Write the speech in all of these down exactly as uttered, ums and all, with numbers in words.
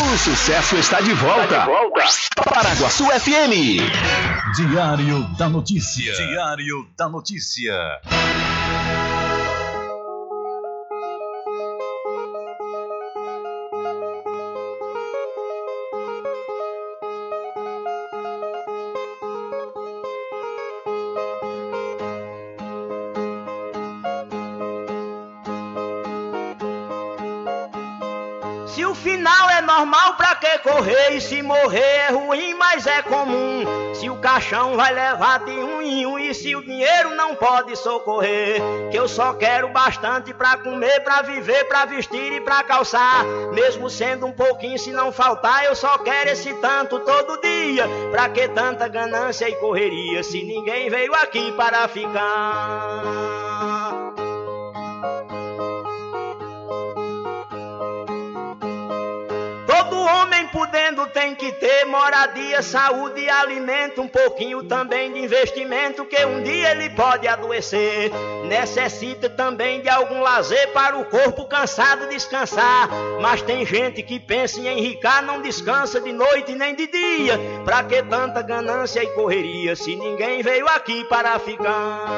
O sucesso está de volta. Está de volta. Paraguaçu F M. Diário da Notícia. Diário da Notícia. Se o final é normal, pra que correr? E se morrer é ruim, mas é comum. Se o caixão vai levar de um em um, e se o dinheiro não pode socorrer, que eu só quero bastante pra comer, pra viver, pra vestir e pra calçar. Mesmo sendo um pouquinho, se não faltar, eu só quero esse tanto todo dia. Pra que tanta ganância e correria, se ninguém veio aqui para ficar? Todo homem podendo tem que ter moradia, saúde e alimento, um pouquinho também de investimento, que um dia ele pode adoecer. Necessita também de algum lazer para o corpo cansado descansar. Mas tem gente que pensa em enricar, não descansa de noite nem de dia. Pra que tanta ganância e correria, se ninguém veio aqui para ficar?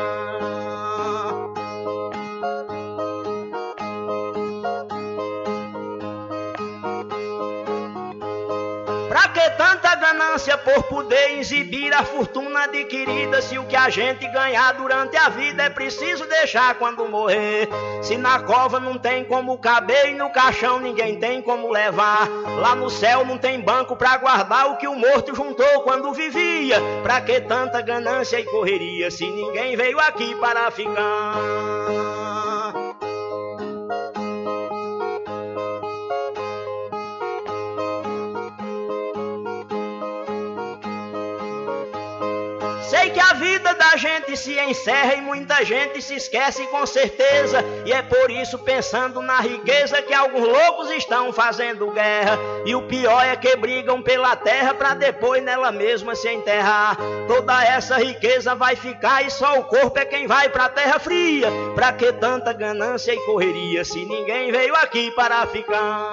Pra que tanta ganância por poder exibir a fortuna adquirida, se o que a gente ganhar durante a vida é preciso deixar quando morrer? Se na cova não tem como caber e no caixão ninguém tem como levar, lá no céu não tem banco pra guardar o que o morto juntou quando vivia. Pra que tanta ganância e correria, se ninguém veio aqui para ficar? Sei que a vida da gente se encerra e muita gente se esquece com certeza. E é por isso, pensando na riqueza, que alguns loucos estão fazendo guerra. E o pior é que brigam pela terra pra depois nela mesma se enterrar. Toda essa riqueza vai ficar e só o corpo é quem vai pra terra fria. Pra que tanta ganância e correria, se ninguém veio aqui para ficar?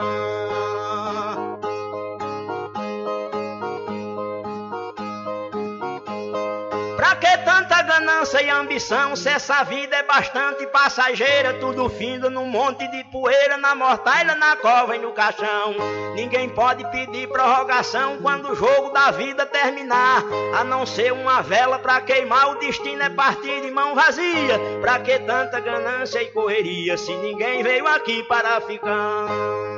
Pra que tanta ganância e ambição, se essa vida é bastante passageira? Tudo finda num monte de poeira, na mortalha, na cova e no caixão. Ninguém pode pedir prorrogação quando o jogo da vida terminar, a não ser uma vela pra queimar. O destino é partir de mão vazia. Pra que tanta ganância e correria, se ninguém veio aqui para ficar?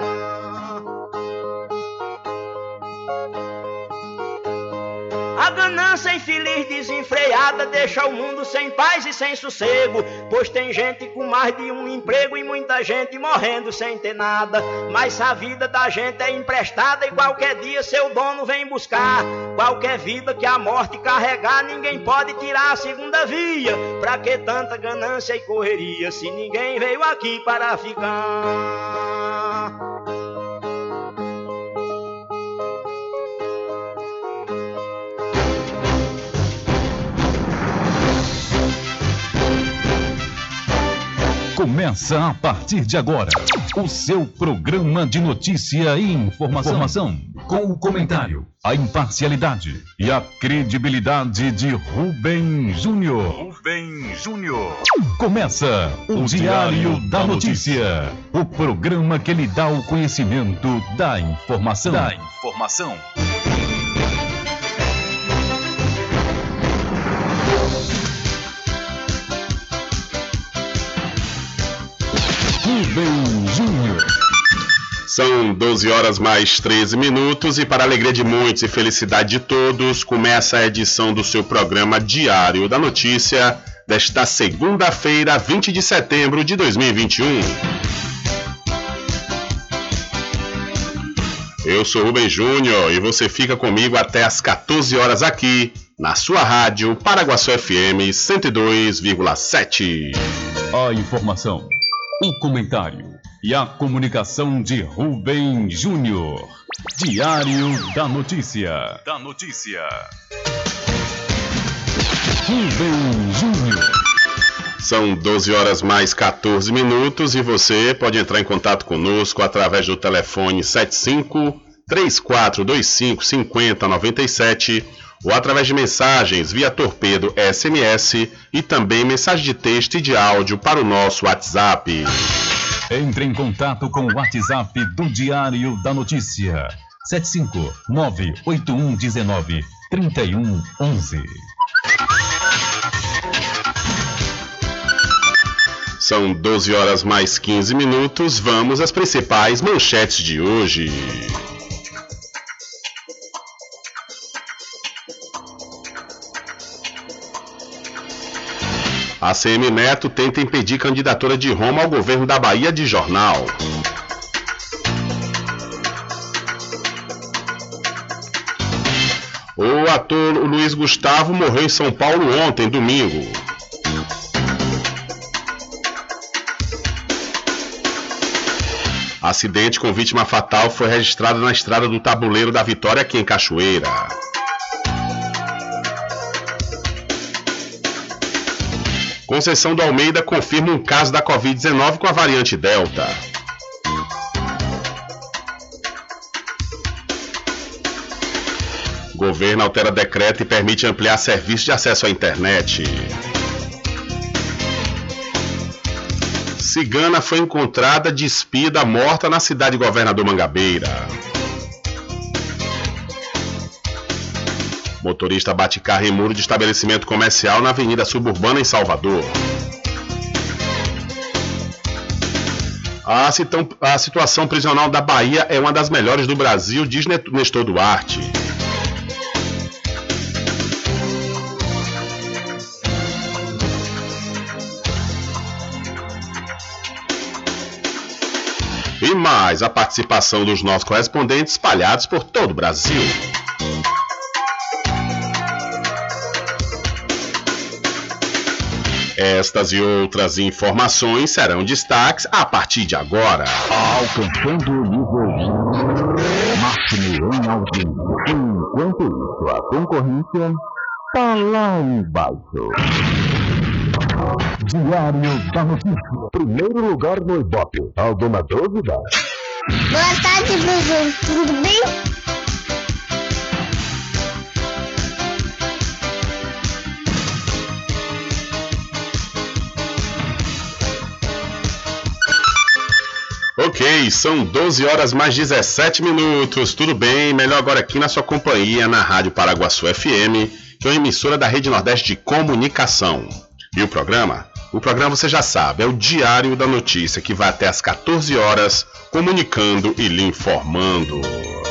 A ganância infeliz desenfreada deixa o mundo sem paz e sem sossego, pois tem gente com mais de um emprego e muita gente morrendo sem ter nada. Mas a vida da gente é emprestada e qualquer dia seu dono vem buscar. Qualquer vida que a morte carregar, ninguém pode tirar a segunda via. Pra que tanta ganância e correria, se ninguém veio aqui para ficar? Começa a partir de agora o seu programa de notícia e informação, informação com o comentário, a imparcialidade e a credibilidade de Rubem Júnior. Rubem Júnior. Começa o, o Diário, Diário da, da Notícia, Notícia, o programa que lhe dá o conhecimento da informação. Da informação. Rubem Júnior. São doze horas mais treze minutos e, para a alegria de muitos e felicidade de todos, começa a edição do seu programa Diário da Notícia desta segunda-feira, vinte de setembro de dois mil e vinte e um. Eu sou Rubem Júnior e você fica comigo até às quatorze horas aqui na sua rádio Paraguaçu F M cento e dois vírgula sete. A informação, o comentário e a comunicação de Rubem Júnior. Diário da Notícia. Da Notícia. Rubem Júnior. São doze horas mais quatorze minutos e você pode entrar em contato conosco através do telefone sete cinco, três quatro dois cinco, cinco zero nove sete ou através de mensagens via torpedo S M S e também mensagem de texto e de áudio para o nosso WhatsApp. Entre em contato com o WhatsApp do Diário da Notícia. sete cinco nove oito um um nove três um um um. São doze horas mais quinze minutos. Vamos às principais manchetes de hoje. A C M Neto tenta impedir candidatura de Roma ao governo da Bahia de jornal. O ator Luiz Gustavo morreu em São Paulo ontem, domingo. Acidente com vítima fatal foi registrado na estrada do Tabuleiro da Vitória, aqui em Cachoeira. Conceição do Almeida confirma um caso da covid dezenove com a variante Delta. Governo altera decreto e permite ampliar serviço de acesso à internet. Cigana foi encontrada despida morta na cidade de Governador Mangabeira. Motorista bate carro em muro de estabelecimento comercial na Avenida Suburbana, em Salvador. A, situ- a situação prisional da Bahia é uma das melhores do Brasil, diz Nestor Duarte. E mais a participação dos nossos correspondentes espalhados por todo o Brasil. Estas e outras informações serão destaques a partir de agora. Alcançando o nível máximo em audiência. Enquanto isso, a concorrência está lá embaixo. Diário da Notícia. Primeiro lugar no Ibope. Alguma dúvida? Boa tarde, Bruno. Tudo bem? Ok, são doze horas mais dezessete minutos. Tudo bem? Melhor agora aqui na sua companhia, na Rádio Paraguaçu F M, que é uma emissora da Rede Nordeste de Comunicação. E o programa? O programa você já sabe, é o Diário da Notícia, que vai até às quatorze horas, comunicando e lhe informando.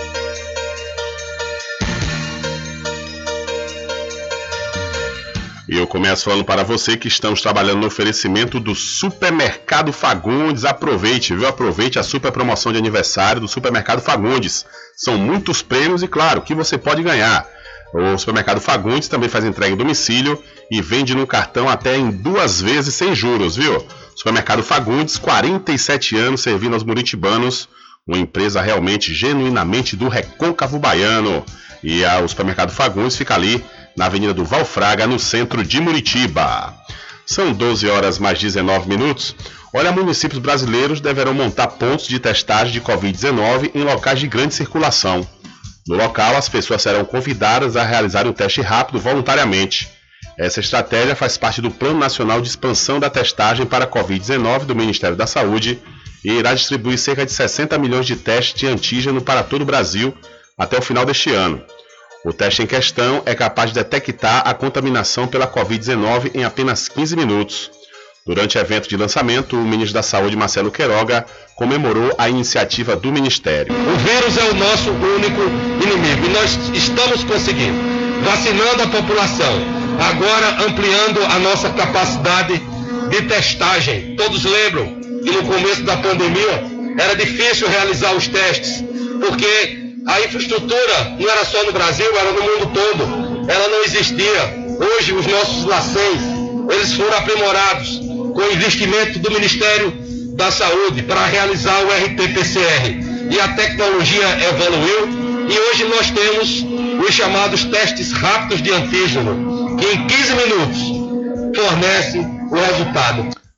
E eu começo falando para você que estamos trabalhando no oferecimento do Supermercado Fagundes. Aproveite, viu? Aproveite a super promoção de aniversário do Supermercado Fagundes. São muitos prêmios e, claro, que você pode ganhar. O Supermercado Fagundes também faz entrega em domicílio e vende no cartão até em duas vezes sem juros, viu? Supermercado Fagundes, quarenta e sete anos servindo aos muritibanos, uma empresa realmente, genuinamente do recôncavo baiano. E a, o Supermercado Fagundes fica ali na Avenida do Valfraga, no centro de Muritiba. São doze horas mais dezenove minutos. Olha, municípios brasileiros deverão montar pontos de testagem de covid dezenove em locais de grande circulação. No local, as pessoas serão convidadas a realizar um teste rápido voluntariamente. Essa estratégia faz parte do Plano Nacional de Expansão da Testagem para covid dezenove do Ministério da Saúde e irá distribuir cerca de sessenta milhões de testes de antígeno para todo o Brasil até o final deste ano. O teste em questão é capaz de detectar a contaminação pela covid dezenove em apenas quinze minutos. Durante o evento de lançamento, o ministro da Saúde, Marcelo Queiroga, comemorou a iniciativa do Ministério. O vírus é o nosso único inimigo e nós estamos conseguindo, vacinando a população, agora ampliando a nossa capacidade de testagem. Todos lembram que no começo da pandemia era difícil realizar os testes, porque a infraestrutura não era só no Brasil, era no mundo todo. Ela não existia. Hoje os nossos LACENs, eles foram aprimorados com o investimento do Ministério da Saúde para realizar o R T P C R. E a tecnologia evoluiu e hoje nós temos os chamados testes rápidos de antígeno, que em quinze minutos fornece o resultado.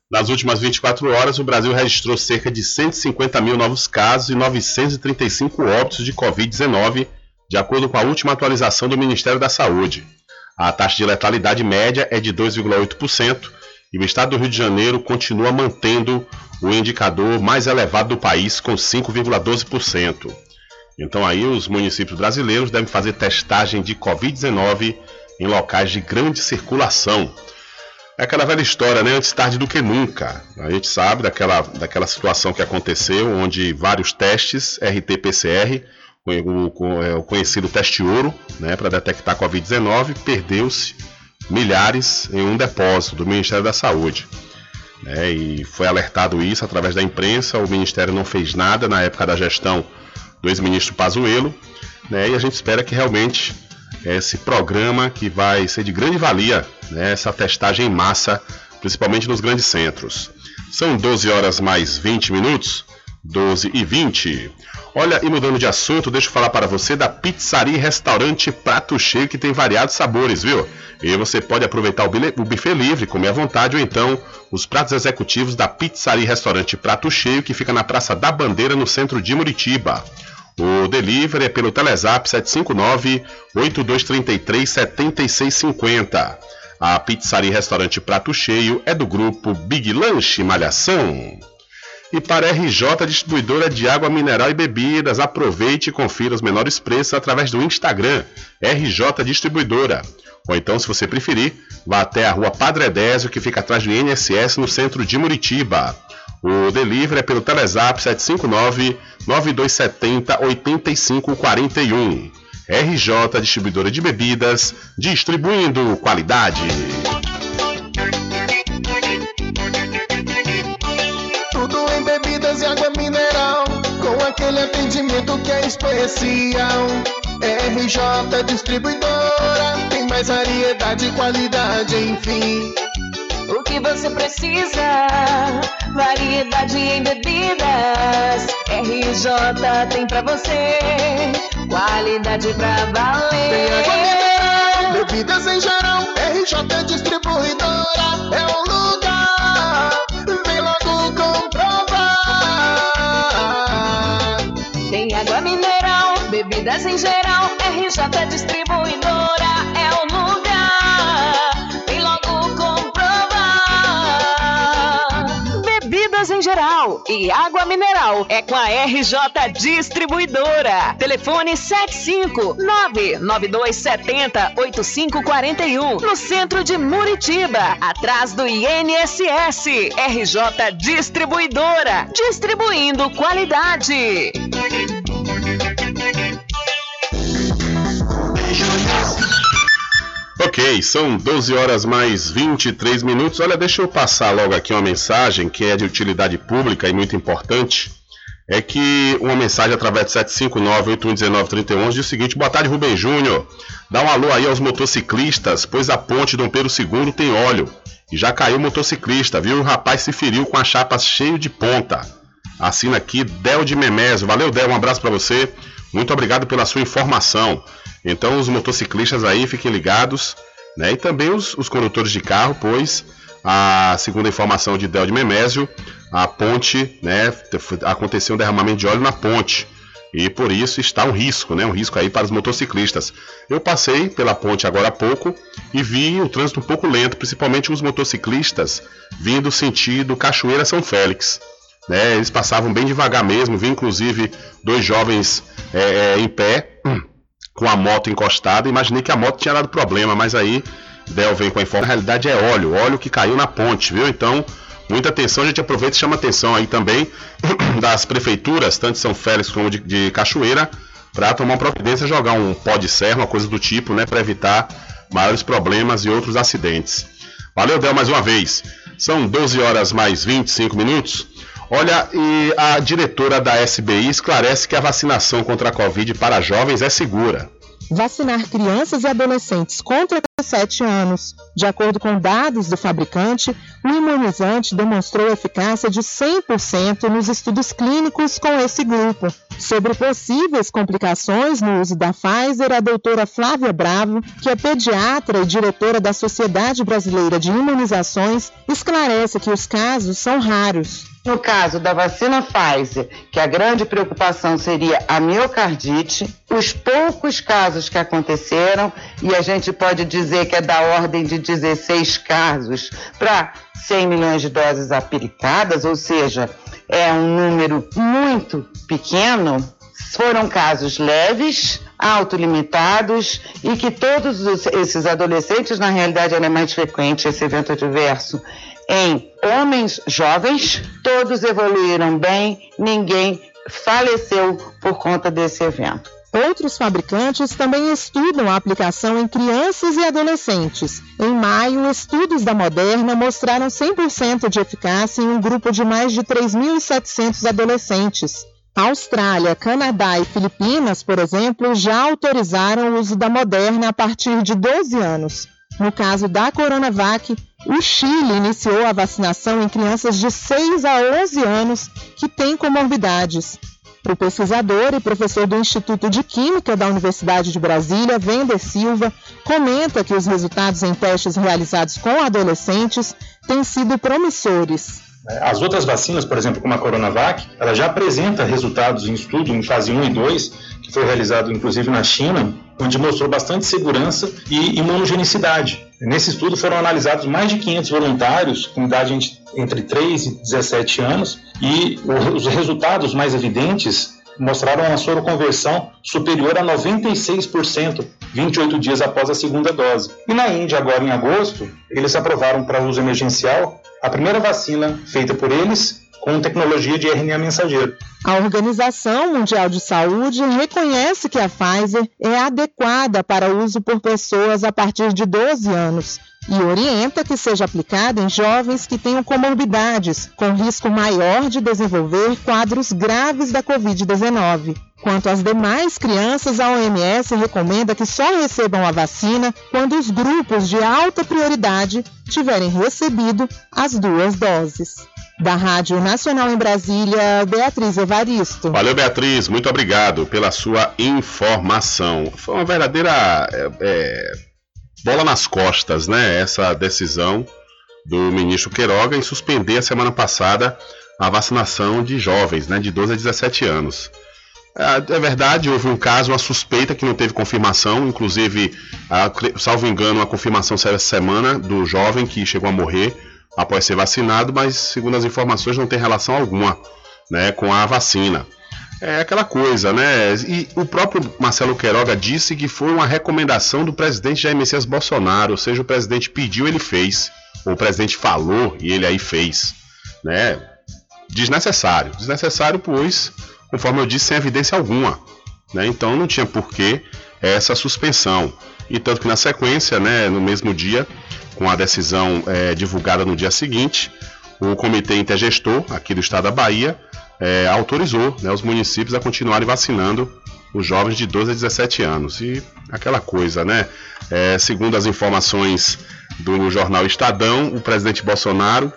Nas últimas vinte e quatro horas, o Brasil registrou cerca de cento e cinquenta mil novos casos e novecentos e trinta e cinco óbitos de covid dezenove, de acordo com a última atualização do Ministério da Saúde. A taxa de letalidade média é de dois vírgula oito por cento e o estado do Rio de Janeiro continua mantendo o indicador mais elevado do país, com cinco vírgula doze por cento. Então aí os municípios brasileiros devem fazer testagem de covid dezenove em locais de grande circulação. É aquela velha história, né? Antes tarde do que nunca. A gente sabe daquela, daquela situação que aconteceu, onde vários testes R T P C R, o, o, o conhecido teste ouro, né, para detectar covid dezenove, perdeu-se milhares em um depósito do Ministério da Saúde. É, e foi alertado isso através da imprensa. O Ministério não fez nada na época da gestão do ex-ministro Pazuello, né, e a gente espera que realmente esse programa, que vai ser de grande valia, né, essa testagem em massa, principalmente nos grandes centros. São doze horas mais vinte minutos, doze e vinte. Olha, e mudando de assunto, deixa eu falar para você da Pizzaria e Restaurante Prato Cheio, que tem variados sabores, viu? E você pode aproveitar o buffet livre, comer à vontade, ou então os pratos executivos da Pizzaria e Restaurante Prato Cheio, que fica na Praça da Bandeira, no centro de Muritiba. O delivery é pelo Telezap sete cinco nove, oito dois três três, sete seis cinco zero. A Pizzaria e Restaurante Prato Cheio é do grupo Big Lanche Malhação. E para R J Distribuidora de Água Mineral e Bebidas, aproveite e confira os menores preços através do Instagram, R J Distribuidora. Ou então, se você preferir, vá até a rua Padre Edésio, que fica atrás do I N S S, no centro de Muritiba. O delivery é pelo Telezap sete cinco nove, nove dois sete zero, oito cinco quatro um. R J Distribuidora de Bebidas, distribuindo qualidade. Tudo em bebidas e água mineral, com aquele atendimento que é especial. R J Distribuidora, tem mais variedade e qualidade, enfim. O que você precisa, variedade em bebidas, R J tem pra você, qualidade pra valer. Tem água mineral, bebidas em geral, R J Distribuidora é o lugar, vem logo comprovar. Tem água mineral, bebidas em geral, R J Distribuidora é o lugar, vem logo comprovar. Bebidas em geral e água mineral é com a R J Distribuidora. Telefone sete cinco nove, nove dois sete zero, oito cinco quatro um, no centro de Muritiba, atrás do I N S S. R J Distribuidora, distribuindo qualidade. Ok, são doze horas mais vinte e três minutos. Olha, deixa eu passar logo aqui uma mensagem que é de utilidade pública e muito importante. É que uma mensagem através de sete cinco nove, oito um um nove, três um diz o seguinte: boa tarde, Rubem Júnior. Dá um alô aí aos motociclistas, pois a ponte Dom Pedro segundo tem óleo. E já caiu o motociclista, viu? O rapaz se feriu com a chapa cheia de ponta. Assina aqui Del de Memésio. Valeu, Del, um abraço para você. Muito obrigado pela sua informação. Então os motociclistas aí fiquem ligados, né? E também os, os condutores de carro, pois a segunda informação de Del de Memésio, a ponte, né, aconteceu um derramamento de óleo na ponte e por isso está um risco, né, um risco aí para os motociclistas. Eu passei pela ponte agora há pouco e vi o trânsito um pouco lento, principalmente os motociclistas vindo sentido Cachoeira São Félix. Né, eles passavam bem devagar mesmo, vi inclusive dois jovens é, é, em pé, com a moto encostada. Imaginei que a moto tinha dado problema, mas aí Del vem com a informação. Na realidade é óleo, óleo que caiu na ponte, viu? Então, muita atenção, a gente aproveita e chama atenção aí também das prefeituras, tanto de São Félix como de, de Cachoeira, para tomar uma providência, jogar um pó de serra, uma coisa do tipo, né, para evitar maiores problemas e outros acidentes. Valeu, Del, mais uma vez. São doze horas mais vinte e cinco minutos. Olha, e a diretora da S B I esclarece que a vacinação contra a Covid para jovens é segura. vacinar crianças e adolescentes contra sete anos. De acordo com dados do fabricante, o imunizante demonstrou eficácia de cem por cento nos estudos clínicos com esse grupo. Sobre possíveis complicações no uso da Pfizer, a doutora Flávia Bravo, que é pediatra e diretora da Sociedade Brasileira de Imunizações, esclarece que os casos são raros. No caso da vacina Pfizer, que a grande preocupação seria a miocardite, os poucos casos que aconteceram, e a gente pode dizer que é da ordem de dezesseis casos para cem milhões de doses aplicadas, ou seja, é um número muito pequeno, foram casos leves, autolimitados e que todos os, esses adolescentes, na realidade era mais frequente esse evento adverso, em homens jovens, todos evoluíram bem, ninguém faleceu por conta desse evento. Outros fabricantes também estudam a aplicação em crianças e adolescentes. Em maio, estudos da Moderna mostraram cem por cento de eficácia em um grupo de mais de três mil e setecentos adolescentes. Austrália, Canadá e Filipinas, por exemplo, já autorizaram o uso da Moderna a partir de doze anos. No caso da Coronavac, o Chile iniciou a vacinação em crianças de seis a onze anos que têm comorbidades. O pesquisador e professor do Instituto de Química da Universidade de Brasília, Wender Silva, comenta que os resultados em testes realizados com adolescentes têm sido promissores. As outras vacinas, por exemplo, como a Coronavac, ela já apresenta resultados em estudo em fase um e dois, que foi realizado inclusive na China, onde mostrou bastante segurança e imunogenicidade. Nesse estudo foram analisados mais de quinhentos voluntários com idade entre três e dezessete anos e os resultados mais evidentes mostraram uma soroconversão superior a noventa e seis por cento vinte e oito dias após a segunda dose. E na Índia, agora em agosto, eles aprovaram para uso emergencial a primeira vacina feita por eles com tecnologia de R N A mensageiro. A Organização Mundial de Saúde reconhece que a Pfizer é adequada para uso por pessoas a partir de doze anos e orienta que seja aplicada em jovens que tenham comorbidades, com risco maior de desenvolver quadros graves da covid dezenove. Quanto às demais crianças, a O M S recomenda que só recebam a vacina quando os grupos de alta prioridade tiverem recebido as duas doses. Da Rádio Nacional em Brasília, Beatriz Evaristo. Valeu, Beatriz, muito obrigado pela sua informação. Foi uma verdadeira é, é, bola nas costas, né? Essa decisão do ministro Queiroga em suspender a semana passada a vacinação de jovens, né, de doze a dezessete anos. É verdade, houve um caso, uma suspeita que não teve confirmação, inclusive, a, salvo engano, a confirmação saiu essa semana do jovem que chegou a morrer após ser vacinado, mas segundo as informações não tem relação alguma, né, com a vacina. É aquela coisa, né? E o próprio Marcelo Queiroga disse que foi uma recomendação do presidente Jair Messias Bolsonaro, ou seja, o presidente pediu, ele fez, ou o presidente falou e ele aí fez, né? Desnecessário, desnecessário pois, conforme eu disse, sem evidência alguma, né? Então não tinha porquê essa suspensão. E tanto que na sequência, né, no mesmo dia, com a decisão é, divulgada no dia seguinte, o Comitê Intergestor aqui do estado da Bahia é, autorizou, né, os municípios a continuarem vacinando os jovens de doze a dezessete anos. E aquela coisa, né? É, segundo as informações do jornal Estadão, o presidente Bolsonaro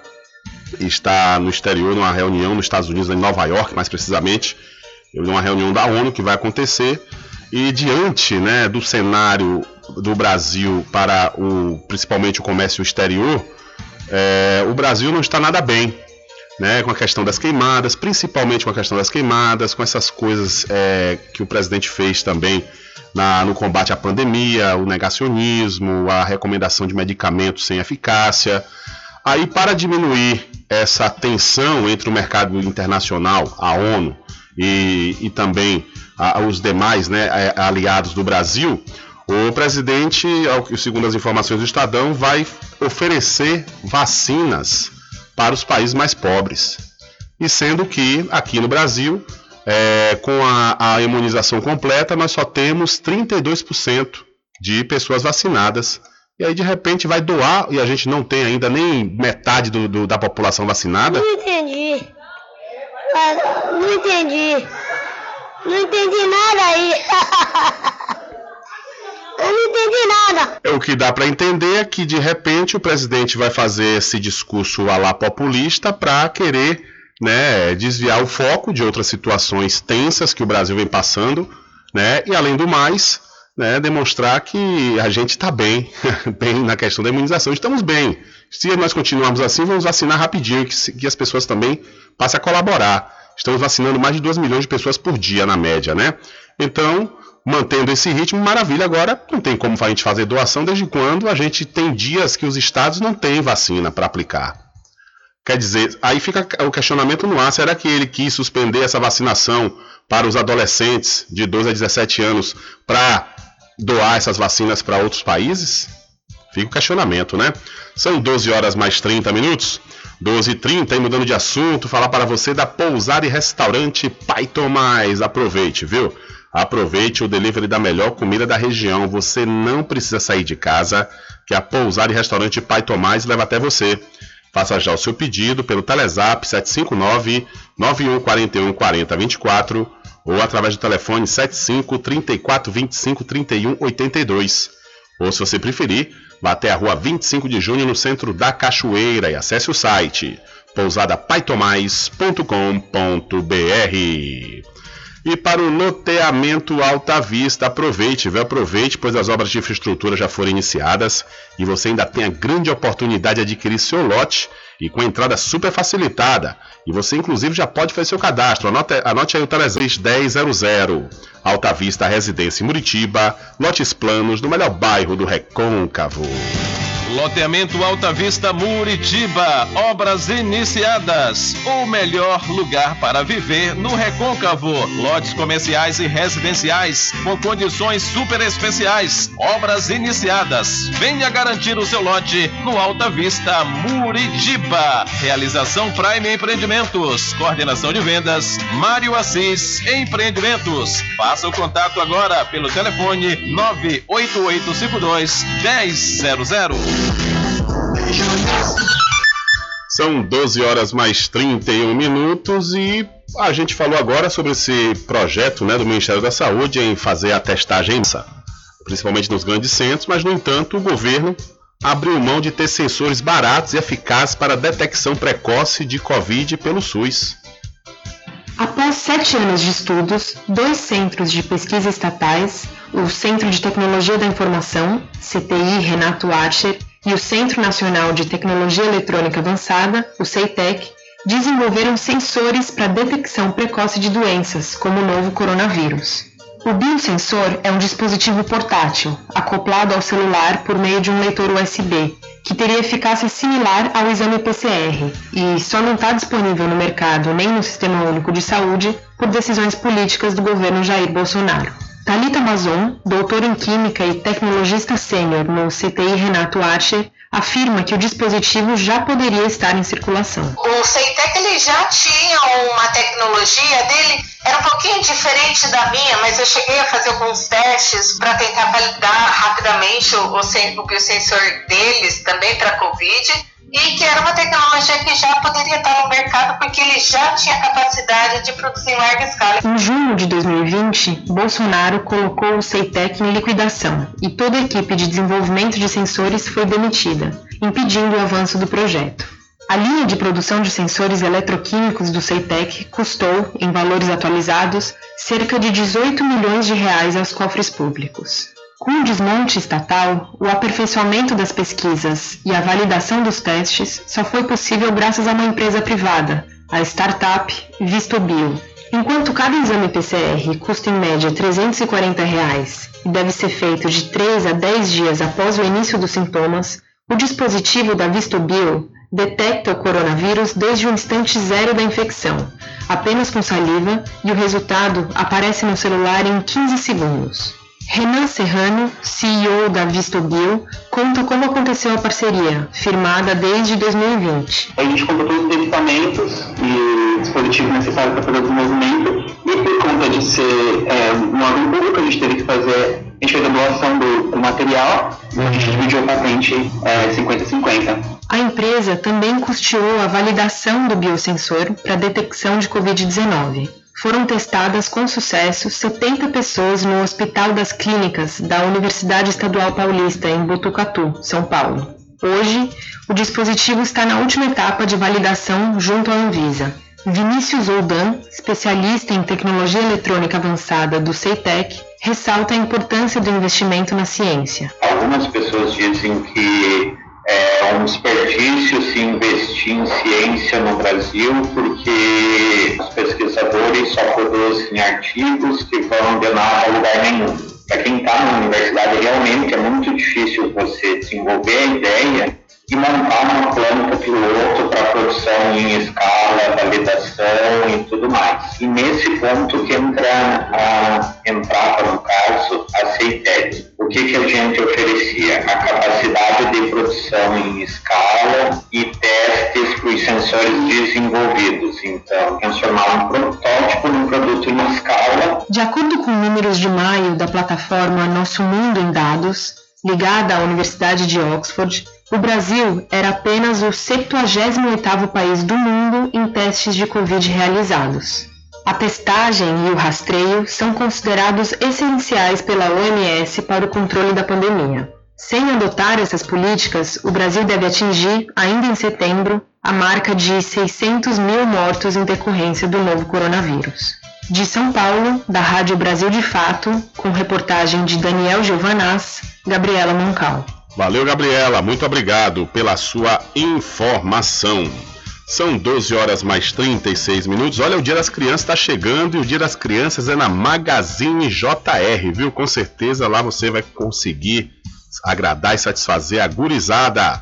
está no exterior, numa reunião nos Estados Unidos, em Nova York, mais precisamente, numa reunião da ONU que vai acontecer, e diante, né, do cenário do Brasil para o, principalmente o comércio exterior, é, o Brasil não está nada bem, né, com a questão das queimadas, principalmente com a questão das queimadas, com essas coisas é, que o presidente fez também na, no combate à pandemia, o negacionismo, a recomendação de medicamentos sem eficácia. Aí, para diminuir essa tensão entre o mercado internacional, a ONU, e, e também a, os demais, né, aliados do Brasil, o presidente, segundo as informações do Estadão, vai oferecer vacinas para os países mais pobres. E sendo que aqui no Brasil, é, com a, a imunização completa, nós só temos trinta e dois por cento de pessoas vacinadas. E aí de repente vai doar e a gente não tem ainda nem metade do, do, da população vacinada? Não entendi. Não entendi. Não entendi nada aí. Eu não entendi nada. É, o que dá para entender é que, de repente, o presidente vai fazer esse discurso à la populista para querer, né, desviar o foco de outras situações tensas que o Brasil vem passando, né, e, além do mais, né, demonstrar que a gente está bem, bem na questão da imunização. Estamos bem. Se nós continuarmos assim, vamos vacinar rapidinho, que, que as pessoas também passem a colaborar. Estamos vacinando mais de dois milhões de pessoas por dia, na média, né? Então, mantendo esse ritmo, maravilha. Agora, não tem como a gente fazer doação desde quando a gente tem dias que os estados não têm vacina para aplicar. Quer dizer, aí fica o questionamento no ar. Será que ele quis suspender essa vacinação para os adolescentes de doze a dezessete anos para doar essas vacinas para outros países? Fica o questionamento, né? São doze horas mais trinta minutos. doze e trinta, e mudando de assunto, falar para você da Pousada e Restaurante Pai Tomás. Aproveite, viu? Aproveite o delivery da melhor comida da região. Você não precisa sair de casa, que a Pousada e Restaurante Pai Tomás leva até você. Faça já o seu pedido pelo Telezap sete cinco nove, nove um quatro um, quatro zero dois quatro ou através do telefone sete cinco, três quatro, vinte e cinco, trinta e um, oitenta e dois. Ou, se você preferir, vá até a rua vinte e cinco de junho, no centro da Cachoeira, e acesse o site pousada pai tomás ponto com ponto b r. E para o loteamento Alta Vista, aproveite, viu? Aproveite, pois as obras de infraestrutura já foram iniciadas e você ainda tem a grande oportunidade de adquirir seu lote e com a entrada super facilitada. E você, inclusive, já pode fazer seu cadastro. Anote, anote aí o telefone dez zero zero. Alta Vista Residência em Muritiba, lotes planos no melhor bairro do Recôncavo. Loteamento Alta Vista Muritiba, obras iniciadas, o melhor lugar para viver no Recôncavo, lotes comerciais e residenciais com condições super especiais, obras iniciadas, venha garantir o seu lote no Alta Vista Muritiba. Realização Prime Empreendimentos, coordenação de vendas Mário Assis Empreendimentos. Faça o contato agora pelo telefone nove oito oito cinco dois, um zero zero zero. São doze horas mais trinta e um minutos e a gente falou agora sobre esse projeto, né, do Ministério da Saúde em fazer a testagem, principalmente nos grandes centros, mas, no entanto, o governo abriu mão de ter sensores baratos e eficazes para a detecção precoce de Covid pelo SUS. Após sete anos de estudos, dois centros de pesquisa estatais, o Centro de Tecnologia da Informação, C T I Renato Archer, e o Centro Nacional de Tecnologia Eletrônica Avançada, o CEITEC, desenvolveram sensores para detecção precoce de doenças, como o novo coronavírus. O biosensor é um dispositivo portátil, acoplado ao celular por meio de um leitor U S B, que teria eficácia similar ao exame P C R, e só não está disponível no mercado nem no Sistema Único de Saúde por decisões políticas do governo Jair Bolsonaro. Thalita Mazon, doutora em Química e tecnologista sênior no C T I Renato Archer, afirma que o dispositivo já poderia estar em circulação. O CEITEC ele já tinha uma tecnologia dele, era um pouquinho diferente da minha, mas eu cheguei a fazer alguns testes para tentar validar rapidamente o, o, o biosensor deles também para Covid, e que era uma tecnologia que já poderia estar no mercado porque ele já tinha capacidade de produzir em larga escala. Em junho de dois mil e vinte, Bolsonaro colocou o CEITEC em liquidação e toda a equipe de desenvolvimento de sensores foi demitida, impedindo o avanço do projeto. A linha de produção de sensores eletroquímicos do CEITEC custou, em valores atualizados, cerca de dezoito milhões de reais aos cofres públicos. Com o desmonte estatal, o aperfeiçoamento das pesquisas e a validação dos testes só foi possível graças a uma empresa privada, a startup VistoBio. Enquanto cada exame P C R custa em média trezentos e quarenta reais e deve ser feito de três a dez dias após o início dos sintomas, o dispositivo da VistoBio detecta o coronavírus desde o instante zero da infecção, apenas com saliva, e o resultado aparece no celular em quinze segundos. Renan Serrano, C E O da VistoBio, conta como aconteceu a parceria, firmada desde dois mil e vinte. A gente comprou todos os equipamentos e dispositivos necessários para fazer o desenvolvimento, e por conta de ser é, um órgão público, a gente teve que fazer, a gente fez a doação do, do material, e a gente dividiu a patente é, cinquenta a cinquenta. A empresa também custeou a validação do biosensor para detecção de covid dezenove. foram testadas com sucesso setenta pessoas no Hospital das Clínicas da Universidade Estadual Paulista, em Botucatu, São Paulo. Hoje, o dispositivo está na última etapa de validação junto à Anvisa. Vinícius Oldan, especialista em tecnologia eletrônica avançada do CEITEC, ressalta a importância do investimento na ciência. Algumas pessoas dizem que é um desperdício se investir em ciência no Brasil, porque os pesquisadores só produzem artigos que vão de nada a lugar nenhum. Para quem está na universidade, realmente é muito difícil você desenvolver a ideia e montar uma planta piloto para produção em escala, validação e tudo mais. E nesse ponto que entra a, entrava, no caso, a CEITEC. O que, que a gente oferecia? A capacidade de produção em escala e testes para os sensores desenvolvidos. Então, transformar um protótipo num produto em escala. De acordo com números de maio da plataforma Nosso Mundo em Dados, ligada à Universidade de Oxford, o Brasil era apenas o septuagésimo oitavo país do mundo em testes de Covid realizados. A testagem e o rastreio são considerados essenciais pela O M S para o controle da pandemia. Sem adotar essas políticas, o Brasil deve atingir, ainda em setembro, a marca de seiscentos mil mortos em decorrência do novo coronavírus. De São Paulo, da Rádio Brasil de Fato, com reportagem de Daniel Giovanaz, Gabriela Moncal. Valeu, Gabriela, muito obrigado pela sua informação. São doze horas mais trinta e seis minutos. Olha, o Dia das Crianças está chegando e o Dia das Crianças é na Magazine J R, viu? Com certeza lá você vai conseguir agradar e satisfazer a gurizada.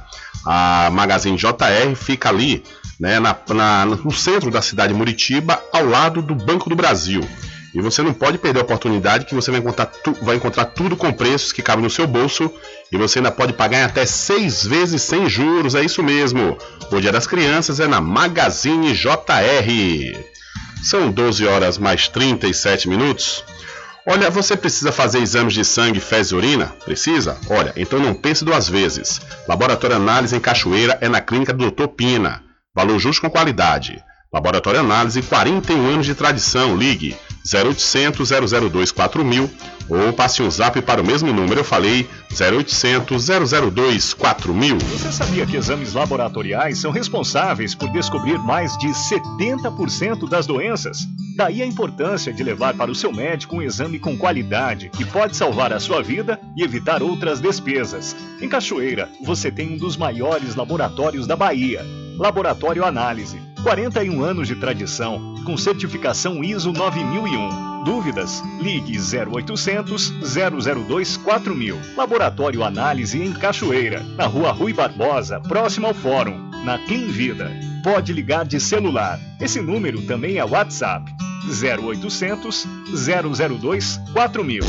A Magazine J R fica ali, né, na, na, no centro da cidade de Muritiba, ao lado do Banco do Brasil. E você não pode perder a oportunidade que você vai encontrar, tu, vai encontrar tudo com preços que cabem no seu bolso e você ainda pode pagar em até seis vezes sem juros, é isso mesmo. O Dia das Crianças é na Magazine J R. São doze horas mais trinta e sete minutos. Olha, você precisa fazer exames de sangue, fezes e urina? Precisa? Olha, então não pense duas vezes. Laboratório Análise em Cachoeira é na clínica do doutor Pina. Valor justo com qualidade. Laboratório Análise, quarenta e um anos de tradição. Ligue zero oitocentos, zero zero dois, quatro mil ou passe um zap para o mesmo número. Eu falei zero oitocentos, zero zero dois, quatro mil. Você sabia que exames laboratoriais são responsáveis por descobrir mais de setenta por cento das doenças? Daí a importância de levar para o seu médico um exame com qualidade que pode salvar a sua vida e evitar outras despesas. Em Cachoeira, você tem um dos maiores laboratórios da Bahia. Laboratório Análise, quarenta e um anos de tradição, com certificação I S O nove mil e um. Dúvidas? Ligue zero oitocentos, zero zero dois, quatro mil. Laboratório Análise em Cachoeira, na Rua Rui Barbosa, próximo ao Fórum, na Clean Vida. Pode ligar de celular. Esse número também é WhatsApp. zero oitocentos, zero zero dois, quatro mil.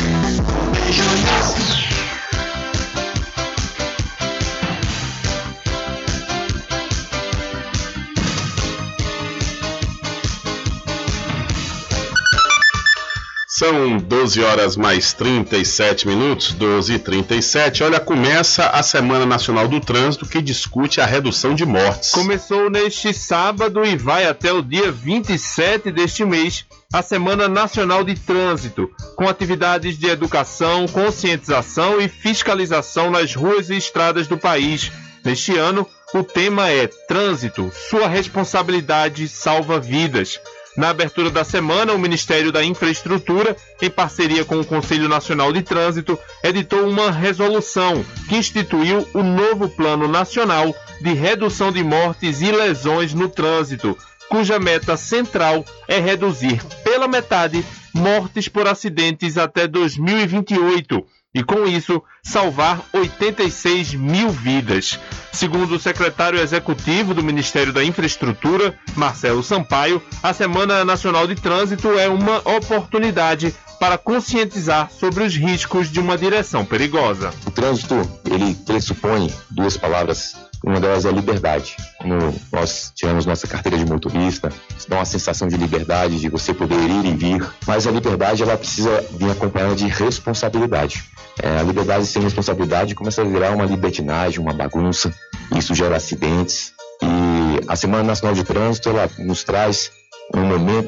São doze horas mais trinta e sete minutos, doze e trinta e sete. Olha, começa a Semana Nacional do Trânsito, que discute a redução de mortes. Começou neste sábado e vai até o dia vinte e sete deste mês, a Semana Nacional de Trânsito, com atividades de educação, conscientização e fiscalização nas ruas e estradas do país. Neste ano, o tema é Trânsito, sua responsabilidade salva vidas. Na abertura da semana, o Ministério da Infraestrutura, em parceria com o Conselho Nacional de Trânsito, editou uma resolução que instituiu o novo Plano Nacional de Redução de Mortes e Lesões no Trânsito, cuja meta central é reduzir pela metade mortes por acidentes até dois mil e vinte e oito. E com isso, salvar oitenta e seis mil vidas. Segundo o secretário executivo do Ministério da Infraestrutura, Marcelo Sampaio, a Semana Nacional de Trânsito é uma oportunidade para conscientizar sobre os riscos de uma direção perigosa. O trânsito, ele pressupõe duas palavras. Uma delas é liberdade. Como nós tiramos nossa carteira de motorista, isso dá uma sensação de liberdade, de você poder ir e vir. Mas a liberdade, ela precisa vir acompanhada de responsabilidade. É, a liberdade sem responsabilidade começa a virar uma libertinagem, uma bagunça. Isso gera acidentes. E a Semana Nacional de Trânsito, ela nos traz um momento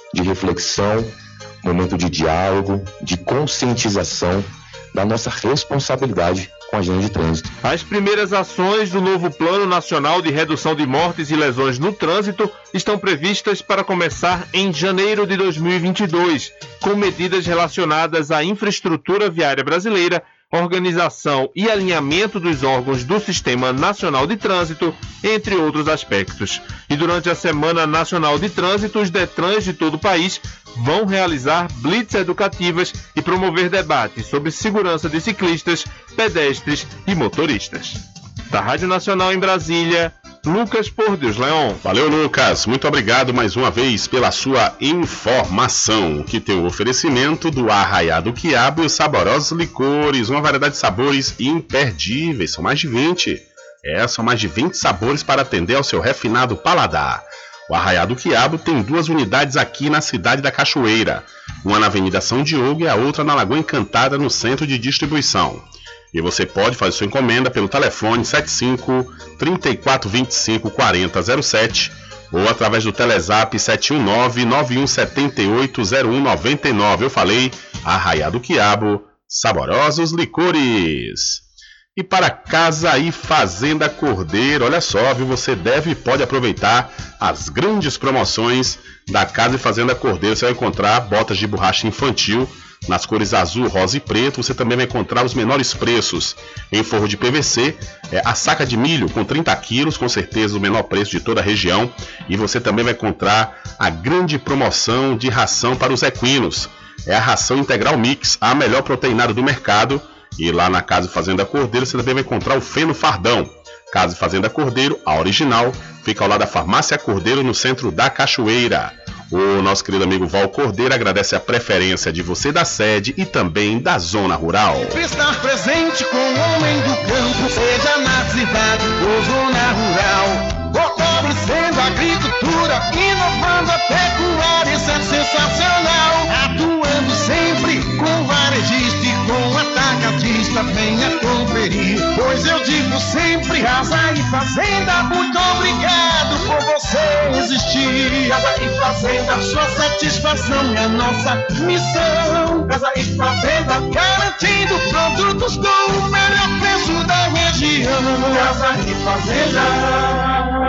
de reflexão, momento de diálogo, de conscientização da nossa responsabilidade com a agenda de trânsito. As primeiras ações do novo Plano Nacional de Redução de Mortes e Lesões no Trânsito estão previstas para começar em janeiro de dois mil e vinte e dois, com medidas relacionadas à infraestrutura viária brasileira, organização e alinhamento dos órgãos do Sistema Nacional de Trânsito, entre outros aspectos. E durante a Semana Nacional de Trânsito, os Detrans de todo o país vão realizar blitz educativas e promover debates sobre segurança de ciclistas, pedestres e motoristas. Da Rádio Nacional em Brasília, Lucas Por Deus Leon. Valeu, Lucas. Muito obrigado mais uma vez pela sua informação, que tem o oferecimento do Arraiá do Quiabo e os saborosos licores, uma variedade de sabores imperdíveis. São mais de vinte. É, são mais de vinte sabores para atender ao seu refinado paladar. O Arraiá do Quiabo tem duas unidades aqui na cidade da Cachoeira, uma na Avenida São Diogo e a outra na Lagoa Encantada, no centro de distribuição. E você pode fazer sua encomenda pelo telefone sete cinco, três quatro dois cinco, quatro zero zero sete ou através do Telezap sete um nove, nove um sete oito, zero um nove nove. Eu falei, Arraiá do Quiabo, saborosos licores. E para Casa e Fazenda Cordeiro, olha só, viu? Você deve e pode aproveitar as grandes promoções da Casa e Fazenda Cordeiro. Você vai encontrar botas de borracha infantil nas cores azul, rosa e preto. Você também vai encontrar os menores preços em forro de P V C, é, a saca de milho com trinta quilos, com certeza o menor preço de toda a região. E você também vai encontrar a grande promoção de ração para os equinos. É a ração integral mix, a melhor proteinada do mercado. E lá na Casa e Fazenda Cordeiro você também vai encontrar o feno fardão. Casa e Fazenda Cordeiro, a original, fica ao lado da Farmácia Cordeiro, no centro da Cachoeira. O nosso querido amigo Val Cordeiro agradece a preferência de você da sede e também da zona rural. Estar presente com o homem do campo, seja na cidade ou zona rural, fortalecendo a agricultura, inovando a pecuária, isso é sensacional. Atuando sempre com varejista e com atacadista, venha conferir, pois eu digo sempre, Casa e Fazenda, muito obrigado por você existir. Casa e Fazenda, sua satisfação é a nossa missão. Casa e Fazenda, garantindo produtos com o melhor preço da região. Casa e Fazenda.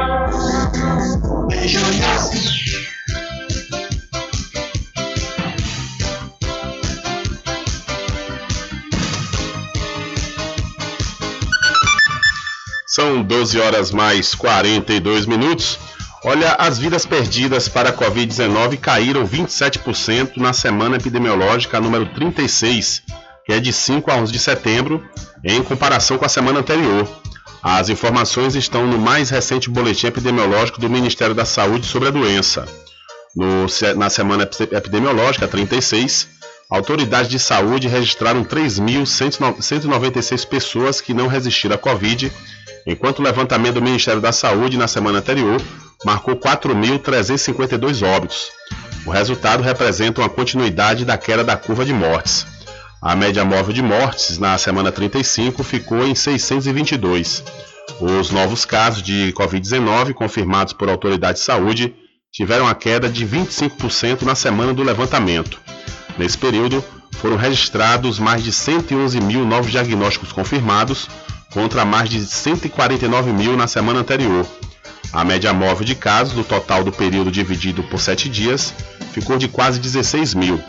São doze horas mais quarenta e dois minutos. Olha, as vidas perdidas para a covid dezenove caíram vinte e sete por cento na semana epidemiológica número trinta e seis, que é de cinco a onze de setembro, em comparação com a semana anterior. As informações estão no mais recente boletim epidemiológico do Ministério da Saúde sobre a doença. No, na semana epidemiológica trinta e seis, autoridades de saúde registraram três mil cento e noventa e seis pessoas que não resistiram à Covid, enquanto o levantamento do Ministério da Saúde na semana anterior marcou quatro mil trezentos e cinquenta e dois óbitos. O resultado representa uma continuidade da queda da curva de mortes. A média móvel de mortes na semana trinta e cinco ficou em seiscentos e vinte e dois. Os novos casos de covid dezenove confirmados por autoridades de saúde tiveram a queda de vinte e cinco por cento na semana do levantamento. Nesse período, foram registrados mais de cento e onze mil novos diagnósticos confirmados, contra mais de cento e quarenta e nove mil na semana anterior. A média móvel de casos do total do período dividido por sete dias ficou de quase dezesseis mil.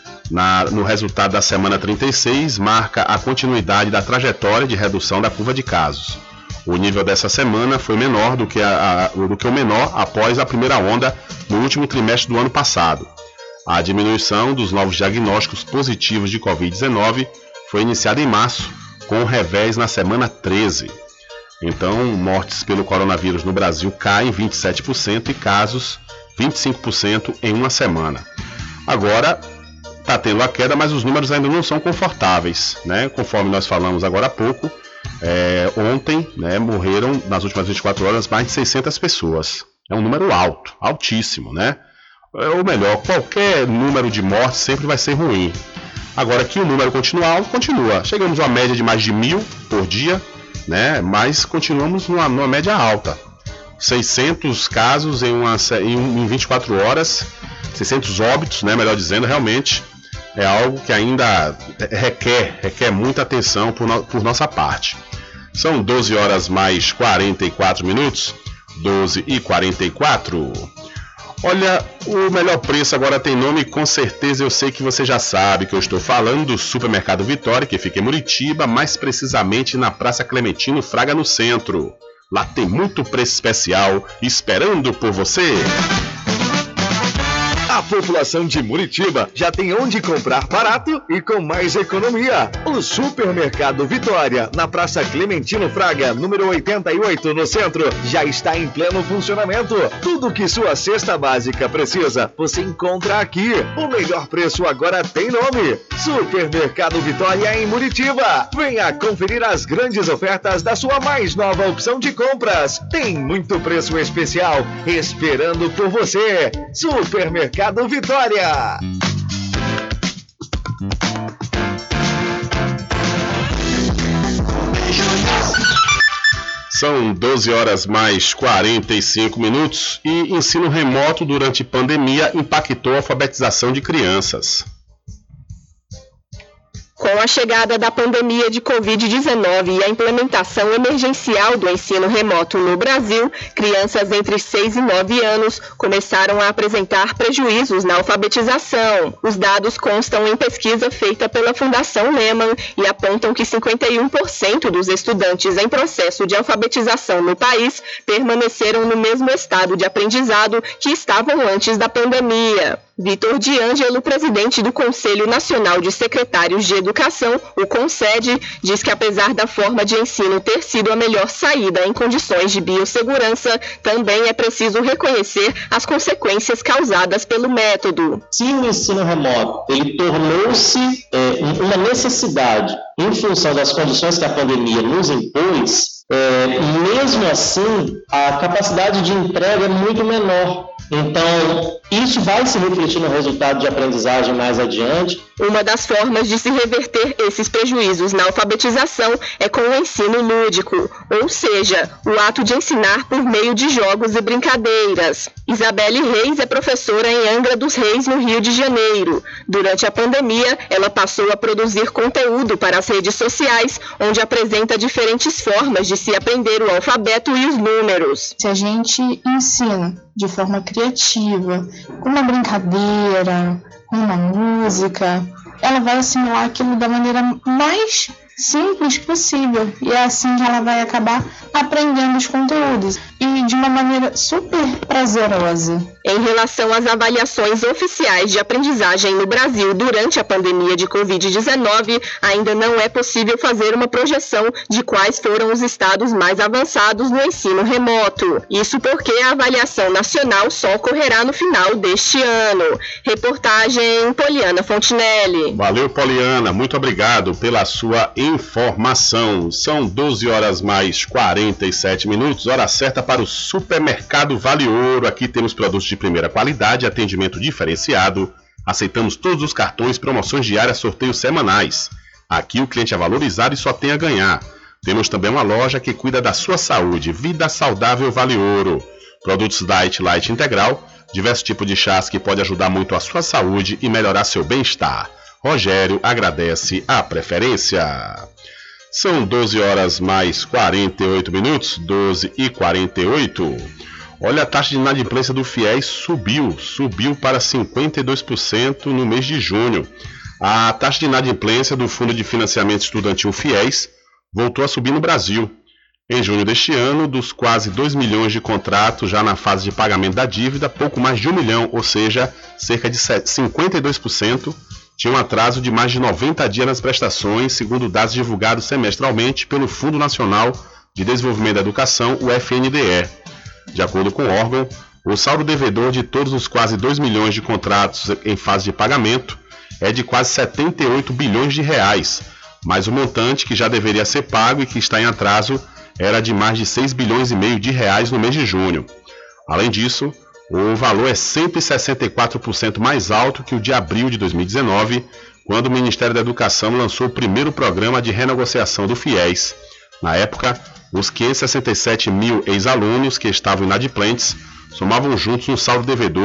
Na, no resultado da semana trinta e seis, marca a continuidade da trajetória de redução da curva de casos. O nível dessa semana foi menor do que, a, a, do que o menor após a primeira onda no último trimestre do ano passado. A diminuição dos novos diagnósticos positivos de covid dezenove foi iniciada em março, com o revés na semana treze. Então, mortes pelo coronavírus no Brasil caem vinte e sete por cento e casos vinte e cinco por cento em uma semana. Agora, está tendo a queda, mas os números ainda não são confortáveis, né? Conforme nós falamos agora há pouco, é, ontem, né, morreram nas últimas vinte e quatro horas mais de seiscentas pessoas. É um número alto, altíssimo, né? Ou melhor, qualquer número de mortes sempre vai ser ruim. Agora que o número continua alto, continua. Chegamos a uma média de mais de mil por dia, né? Mas continuamos numa, numa média alta. seiscentos casos em, uma, em, em vinte e quatro horas seiscentos óbitos, né, melhor dizendo, realmente é algo que ainda requer, requer muita atenção por, no, por nossa parte. São doze horas mais quarenta e quatro minutos, doze e quarenta e quatro. Olha, o melhor preço agora tem nome, com certeza eu sei que você já sabe que eu estou falando do Supermercado Vitória, que fica em Muritiba, mais precisamente na Praça Clementino Fraga, no centro. Lá tem muito preço especial esperando por você. A população de Muritiba já tem onde comprar barato e com mais economia. O Supermercado Vitória, na Praça Clementino Fraga, número oitenta e oito, no centro, já está em pleno funcionamento. Tudo que sua cesta básica precisa, você encontra aqui. O melhor preço agora tem nome: Supermercado Vitória em Muritiba. Venha conferir as grandes ofertas da sua mais nova opção de compras. Tem muito preço especial esperando por você. Supermercado Vitória. São doze horas mais quarenta e cinco minutos e ensino remoto durante pandemia impactou a alfabetização de crianças. Com a chegada da pandemia de covid dezenove e a implementação emergencial do ensino remoto no Brasil, crianças entre seis e nove anos começaram a apresentar prejuízos na alfabetização. Os dados constam em pesquisa feita pela Fundação Lehman e apontam que cinquenta e um por cento dos estudantes em processo de alfabetização no país permaneceram no mesmo estado de aprendizado que estavam antes da pandemia. Vitor D'Angelo, presidente do Conselho Nacional de Secretários de Educação, o CONSED, diz que apesar da forma de ensino ter sido a melhor saída em condições de biossegurança, também é preciso reconhecer as consequências causadas pelo método. Se o ensino remoto ele tornou-se é, uma necessidade em função das condições que a pandemia nos impôs, é, mesmo assim a capacidade de entrega é muito menor. Então, isso vai se refletir no resultado de aprendizagem mais adiante. Uma das formas de se reverter esses prejuízos na alfabetização é com o ensino lúdico, ou seja, o ato de ensinar por meio de jogos e brincadeiras. Isabelle Reis é professora em Angra dos Reis, no Rio de Janeiro. Durante a pandemia, ela passou a produzir conteúdo para as redes sociais, onde apresenta diferentes formas de se aprender o alfabeto e os números. Se a gente ensina de forma criativa, com uma brincadeira, com uma música, ela vai assimilar aquilo da maneira mais simples possível, e é assim que ela vai acabar aprendendo os conteúdos e de uma maneira super prazerosa. Em relação às avaliações oficiais de aprendizagem no Brasil durante a pandemia de covid dezenove, ainda não é possível fazer uma projeção de quais foram os estados mais avançados no ensino remoto. Isso porque a avaliação nacional só ocorrerá no final deste ano. Reportagem Poliana Fontinelli. Valeu, Poliana, muito obrigado pela sua informação. São doze horas mais quarenta e sete minutos, hora certa para o Supermercado Vale Ouro. Aqui temos produtos de primeira qualidade, atendimento diferenciado. Aceitamos todos os cartões, promoções diárias, sorteios semanais. Aqui o cliente é valorizado e só tem a ganhar. Temos também uma loja que cuida da sua saúde. Vida Saudável Vale Ouro. Produtos Diet Light Integral, diversos tipos de chás que pode ajudar muito a sua saúde e melhorar seu bem-estar. Rogério agradece a preferência. São doze horas mais quarenta e oito minutos, doze e quarenta e oito. Olha, a taxa de inadimplência do FIES subiu, subiu para cinquenta e dois por cento no mês de junho. A taxa de inadimplência do Fundo de Financiamento Estudantil FIES voltou a subir no Brasil. Em junho deste ano, dos quase dois milhões de contratos já na fase de pagamento da dívida, pouco mais de um milhão, ou seja, cerca de cinquenta e dois por cento, tinha um atraso de mais de noventa dias nas prestações, segundo dados divulgados semestralmente pelo Fundo Nacional de Desenvolvimento da Educação, o F N D E. De acordo com o órgão, o saldo devedor de todos os quase dois milhões de contratos em fase de pagamento é de quase setenta e oito bilhões de reais, mas o montante que já deveria ser pago e que está em atraso era de mais de seis bilhões e meio de reais no mês de junho. Além disso, o valor é cento e sessenta e quatro por cento mais alto que o de abril de dois mil e dezenove, quando o Ministério da Educação lançou o primeiro programa de renegociação do FIES. Na época, os quinhentos e sessenta e sete mil ex-alunos que estavam inadimplentes somavam juntos um saldo devedor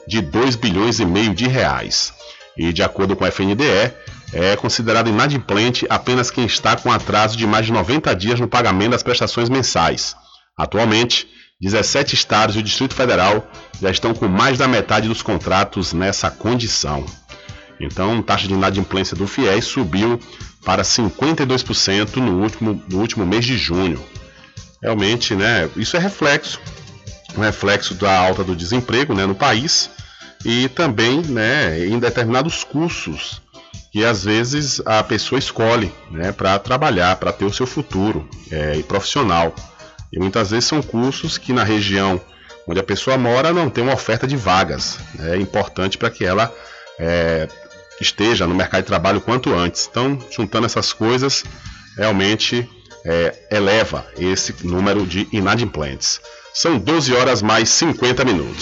de dois bilhões e meio de reais. E de acordo com a F N D E, é considerado inadimplente apenas quem está com atraso de mais de noventa dias no pagamento das prestações mensais. Atualmente, dezessete estados e o Distrito Federal já estão com mais da metade dos contratos nessa condição. Então, a taxa de inadimplência do FIES subiu para cinquenta e dois por cento no último, no último mês de junho. Realmente, né, isso é reflexo, um reflexo da alta do desemprego, né, no país, e também, né, em determinados cursos que às vezes a pessoa escolhe, né, para trabalhar, para ter o seu futuro é, profissional. E muitas vezes são cursos que na região onde a pessoa mora não tem uma oferta de vagas. É importante para que ela é, esteja no mercado de trabalho quanto antes. Então, juntando essas coisas, realmente é, eleva esse número de inadimplentes. São doze horas mais cinquenta minutos.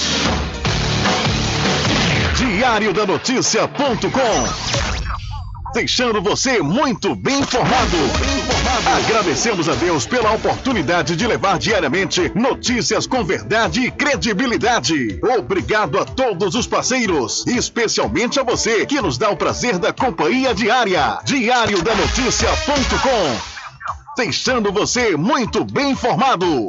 Diário da Notícia ponto com. Deixando você muito bem informado. Agradecemos a Deus pela oportunidade de levar diariamente notícias com verdade e credibilidade. Obrigado a todos os parceiros, especialmente a você que nos dá o prazer da companhia diária. Diário da Notícia ponto com. Deixando você muito bem informado.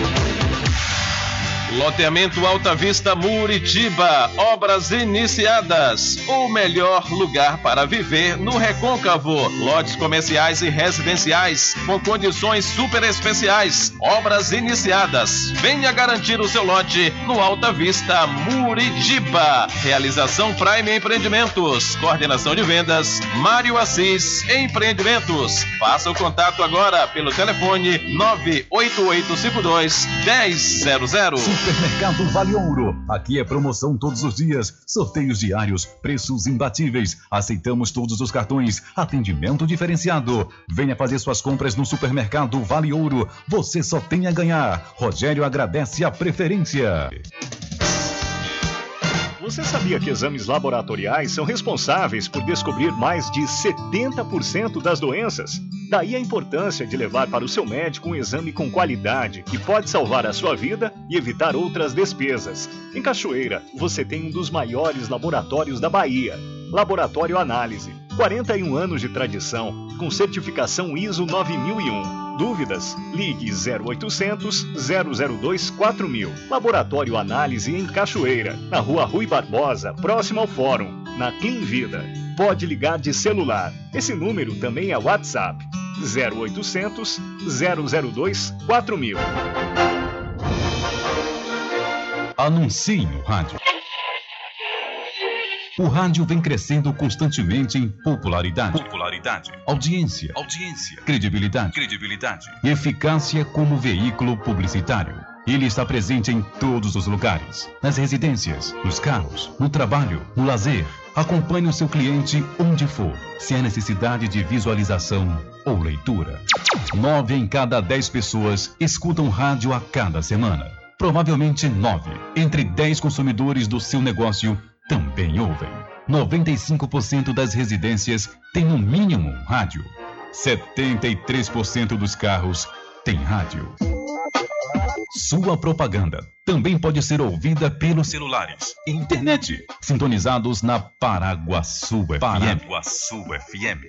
Loteamento Alta Vista Muritiba, obras iniciadas. O melhor lugar para viver no Recôncavo. Lotes comerciais e residenciais com condições super especiais. Obras iniciadas. Venha garantir o seu lote no Alta Vista Muritiba. Realização Prime Empreendimentos. Coordenação de vendas Mário Assis Empreendimentos. Faça o contato agora pelo telefone nove oito oito cinco dois um zero zero zero. Supermercado Vale Ouro. Aqui é promoção todos os dias, sorteios diários, preços imbatíveis. Aceitamos todos os cartões, atendimento diferenciado. Venha fazer suas compras no Supermercado Vale Ouro. Você só tem a ganhar. Rogério agradece a preferência. Você sabia que exames laboratoriais são responsáveis por descobrir mais de setenta por cento das doenças? Daí a importância de levar para o seu médico um exame com qualidade que pode salvar a sua vida e evitar outras despesas. Em Cachoeira, você tem um dos maiores laboratórios da Bahia. Laboratório Análise. quarenta e um anos de tradição, com certificação I S O nove mil e um. Dúvidas? Ligue zero oitocentos, zero zero dois, quatro mil. Laboratório Análise em Cachoeira, na Rua Rui Barbosa, próximo ao Fórum, na Clean Vida. Pode ligar de celular. Esse número também é WhatsApp. zero oitocentos, zero zero dois, quatro mil. Anuncie no rádio. O rádio vem crescendo constantemente em popularidade, popularidade, audiência, audiência, credibilidade, credibilidade, e eficácia como veículo publicitário. Ele está presente em todos os lugares, nas residências, nos carros, no trabalho, no lazer. Acompanhe o seu cliente onde for, se há necessidade de visualização ou leitura. Nove em cada dez pessoas escutam rádio a cada semana. Provavelmente nove entre dez consumidores do seu negócio também ouvem. noventa e cinco por cento das residências têm no mínimo um rádio. setenta e três por cento dos carros têm rádio. Sua propaganda também pode ser ouvida pelos celulares e internet, sintonizados na Paraguaçu F M. Paraguaçu F M.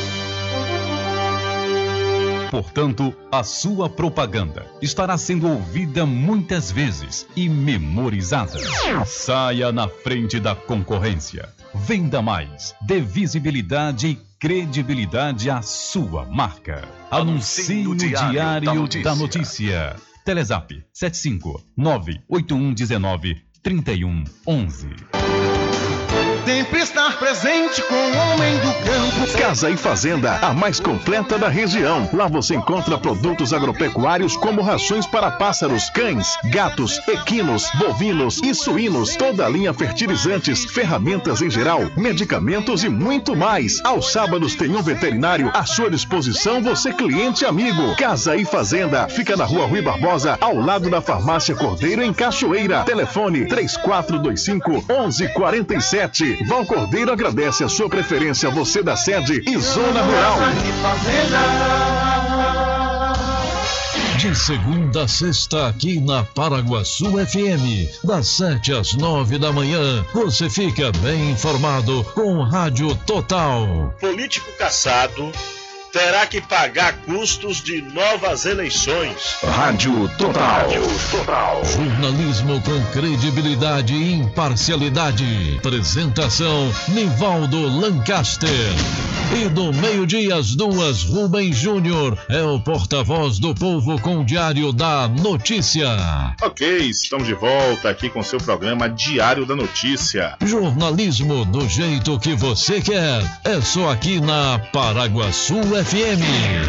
Portanto, a sua propaganda estará sendo ouvida muitas vezes e memorizada. Saia na frente da concorrência. Venda mais. Dê visibilidade e credibilidade à sua marca. Anuncie no Diário da Notícia. Da Notícia. Telezap sete cinco nove oito um um nove três um um um. Sempre estar presente com o homem do campo. Casa e Fazenda, a mais completa da região. Lá você encontra produtos agropecuários como rações para pássaros, cães, gatos, equinos, bovinos e suínos. Toda a linha fertilizantes, ferramentas em geral, medicamentos e muito mais. Aos sábados tem um veterinário à sua disposição, você cliente amigo. Casa e Fazenda, fica na Rua Rui Barbosa, ao lado da Farmácia Cordeiro, em Cachoeira. Telefone três quatro dois cinco, um um quatro sete. Val Cordeiro agradece a sua preferência, você da sede e Zona Rural. De segunda a sexta, aqui na Paraguaçu F M, das sete às nove da manhã, você fica bem informado com Rádio Total. Político cassado terá que pagar custos de novas eleições. Rádio Total. Rádio Total. Jornalismo com credibilidade e imparcialidade. Apresentação, Nivaldo Lancaster. E do meio-dia às duas, Rubem Júnior é o porta-voz do povo com o Diário da Notícia. Ok, estamos de volta aqui com seu programa Diário da Notícia. Jornalismo do jeito que você quer. É só aqui na Paraguaçu F M.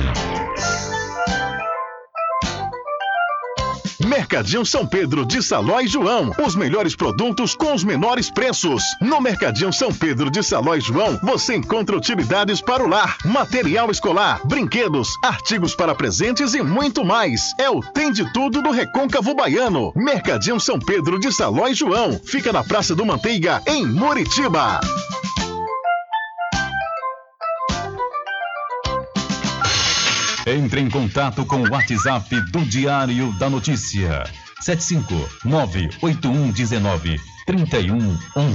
Mercadinho São Pedro de Saló e João. Os melhores produtos com os menores preços. No Mercadinho São Pedro de Saló e João, você encontra utilidades para o lar, material escolar, brinquedos, artigos para presentes e muito mais. É o Tem de Tudo do Recôncavo Baiano. Mercadinho São Pedro de Saló e João. Fica na Praça do Manteiga, em Muritiba. Entre em contato com o WhatsApp do Diário da Notícia. sete cinco nove oito um um nove três um um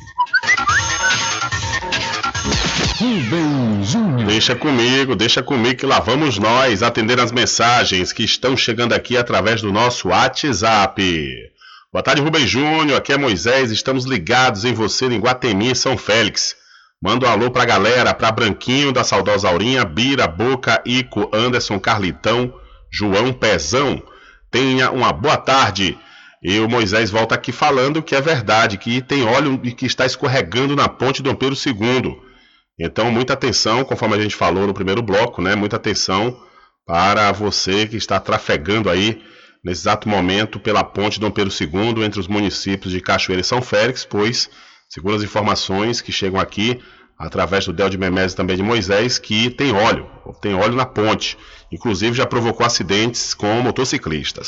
um. Deixa comigo, deixa comigo que lá vamos nós atender as mensagens que estão chegando aqui através do nosso WhatsApp. Boa tarde, Rubem Júnior, aqui é Moisés, estamos ligados em você em Guatemi, São Félix. Manda um alô pra galera, pra Branquinho, da Saudosa Aurinha, Bira, Boca, Ico, Anderson, Carlitão, João, Pezão. Tenha uma boa tarde. E o Moisés volta aqui falando que é verdade, que tem óleo e que está escorregando na ponte Dom Pedro segundo. Então, muita atenção, conforme a gente falou no primeiro bloco, né? Muita atenção para você que está trafegando aí, nesse exato momento, pela ponte Dom Pedro segundo, entre os municípios de Cachoeira e São Félix, pois... segundo as informações que chegam aqui, através do Del de Memés e também de Moisés, que tem óleo, tem óleo na ponte. Inclusive já provocou acidentes com motociclistas.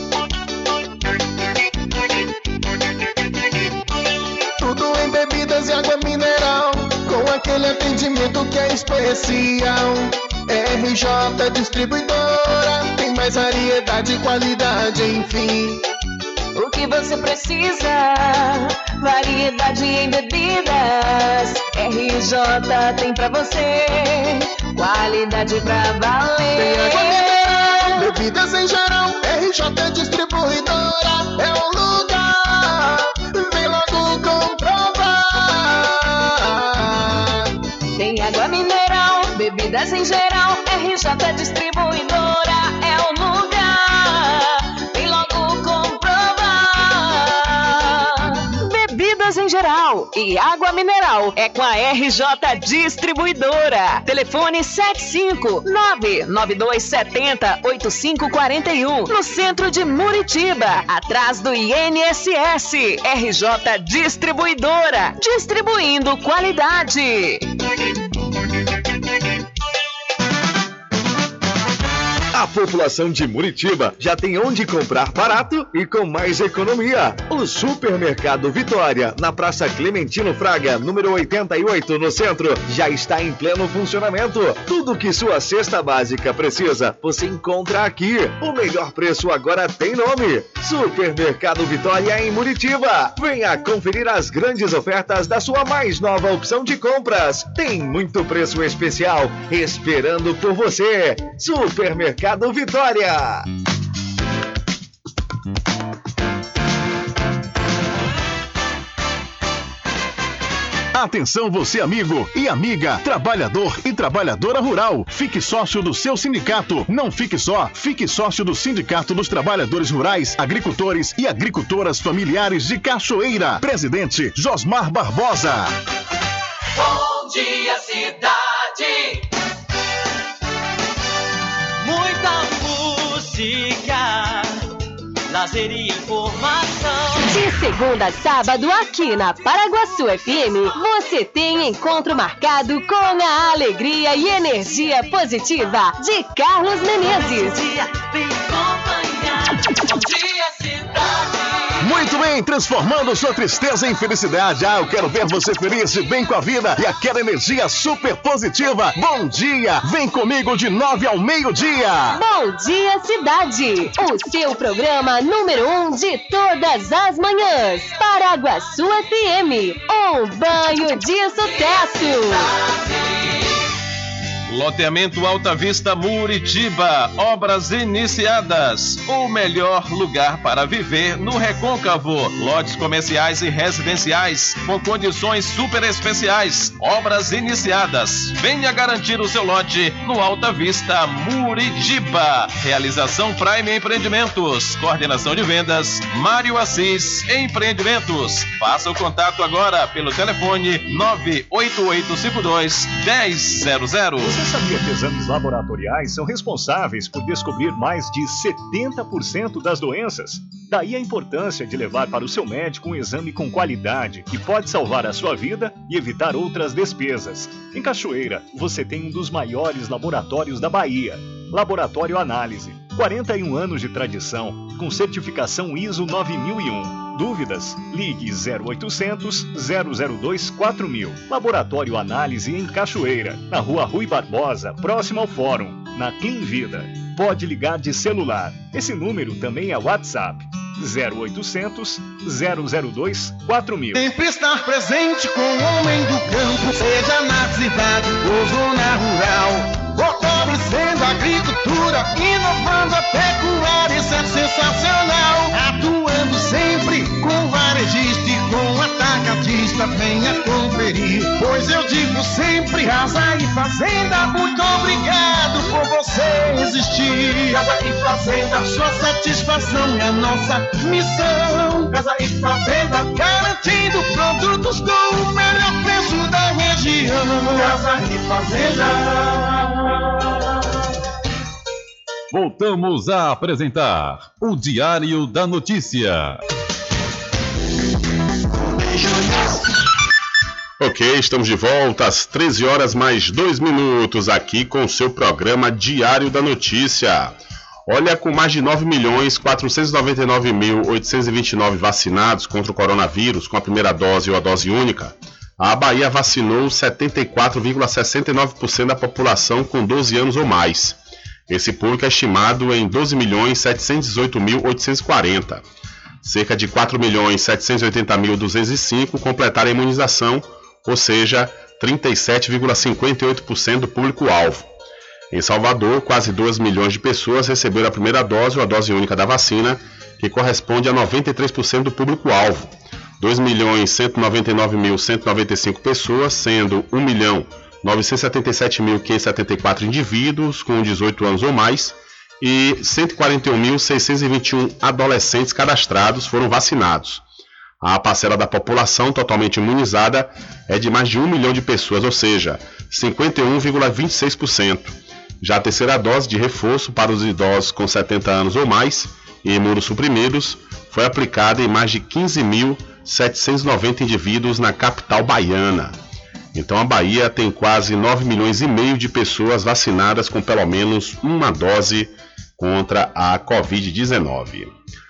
Tudo em bebidas e água mineral, com aquele atendimento que é especial. R J Distribuidora, tem mais variedade e qualidade, enfim. O que você precisa? Variedade em bebidas. R J tem pra você. Qualidade pra valer. Tem água mineral, bebidas em geral. R J Distribuidora é o lugar. Vem logo comprovar. Tem água mineral, bebidas em geral. R J Distribuidora é o lugar. Vem logo comprovar. Bebidas em geral e água mineral é com a R J Distribuidora. Telefone sete cinco nove nove dois sete zero oito cinco quatro um, no centro de Muritiba, atrás do I N S S. R J Distribuidora, distribuindo qualidade. A população de Muritiba já tem onde comprar barato e com mais economia. O Supermercado Vitória, na Praça Clementino Fraga, número oitenta e oito, no centro, já está em pleno funcionamento. Tudo que sua cesta básica precisa, você encontra aqui. O melhor preço agora tem nome: Supermercado Vitória em Muritiba. Venha conferir as grandes ofertas da sua mais nova opção de compras. Tem muito preço especial esperando por você. Supermercado Vitória. Atenção você amigo e amiga, trabalhador e trabalhadora rural. Fique sócio do seu sindicato. Não fique só, fique sócio do Sindicato dos Trabalhadores Rurais, Agricultores e Agricultoras Familiares de Cachoeira. Presidente Josmar Barbosa. Bom dia, cidade. Muita música, lazer e informação. De segunda a sábado, aqui na Paraguaçu F M, você tem encontro marcado com a alegria e energia positiva de Carlos Menezes. Vem acompanhar. Bom dia, cidade. Muito bem, transformando sua tristeza em felicidade. Ah, eu quero ver você feliz, de bem com a vida e aquela energia super positiva. Bom dia, vem comigo de nove ao meio-dia. Bom dia, cidade. O seu programa número um de todas as manhãs. Paraguaçu F M, um banho de sucesso. Loteamento Alta Vista Muritiba, obras iniciadas. O melhor lugar para viver no Recôncavo. Lotes comerciais e residenciais com condições super especiais. Obras iniciadas. Venha garantir o seu lote no Alta Vista Muritiba. Realização Prime Empreendimentos. Coordenação de vendas Mário Assis Empreendimentos. Faça o contato agora pelo telefone nove oito oito cinco dois, um zero zero zero. Você sabia que exames laboratoriais são responsáveis por descobrir mais de setenta por cento das doenças? Daí a importância de levar para o seu médico um exame com qualidade que pode salvar a sua vida e evitar outras despesas. Em Cachoeira, você tem um dos maiores laboratórios da Bahia. Laboratório Análise. quarenta e um anos de tradição, com certificação I S O nove mil e um. Dúvidas? Ligue zero oitocentos, zero zero dois, quatro mil. Laboratório Análise em Cachoeira, na Rua Rui Barbosa, próximo ao Fórum, na Clean Vida. Pode ligar de celular. Esse número também é WhatsApp. zero oitocentos, zero zero dois, quatro mil. Sempre estar presente com o homem do campo, seja na cidade ou zona rural. Fortalecendo a agricultura, inovando a pecuária, isso é sensacional. Atuando sempre com varejista e com atacadista, venha conferir. Pois eu digo sempre, Casa e Fazenda, muito obrigado por você existir. Casa e Fazenda, sua satisfação é a nossa missão. Casa e Fazenda, garantindo produtos com o melhor preço da região. Casa e Fazenda. Voltamos a apresentar o Diário da Notícia. Ok, estamos de volta às treze horas mais dois minutos aqui com o seu programa Diário da Notícia. Olha, com mais de nove milhões quatrocentos e noventa e nove mil oitocentos e vinte e nove vacinados contra o coronavírus com a primeira dose ou a dose única, a Bahia vacinou setenta e quatro vírgula sessenta e nove por cento da população com doze anos ou mais. Esse público é estimado em doze milhões setecentos e dezoito mil oitocentos e quarenta. Cerca de quatro milhões setecentos e oitenta mil duzentos e cinco completaram a imunização, ou seja, trinta e sete vírgula cinquenta e oito por cento do público-alvo. Em Salvador, quase dois milhões de pessoas receberam a primeira dose ou a dose única da vacina, que corresponde a noventa e três por cento do público-alvo. dois milhões cento e noventa e nove mil cento e noventa e cinco pessoas, sendo um milhão novecentos e setenta e sete mil quinhentos e setenta e quatro indivíduos com dezoito anos ou mais e cento e quarenta e um mil seiscentos e vinte e um adolescentes cadastrados foram vacinados. A parcela da população totalmente imunizada é de mais de um milhão de pessoas, ou seja, cinquenta e um vírgula vinte e seis por cento. Já a terceira dose de reforço para os idosos com setenta anos ou mais e imunossuprimidos foi aplicada em mais de quinze mil setecentos e noventa indivíduos na capital baiana. Então a Bahia tem quase nove milhões e meio de pessoas vacinadas com pelo menos uma dose contra a covid dezenove.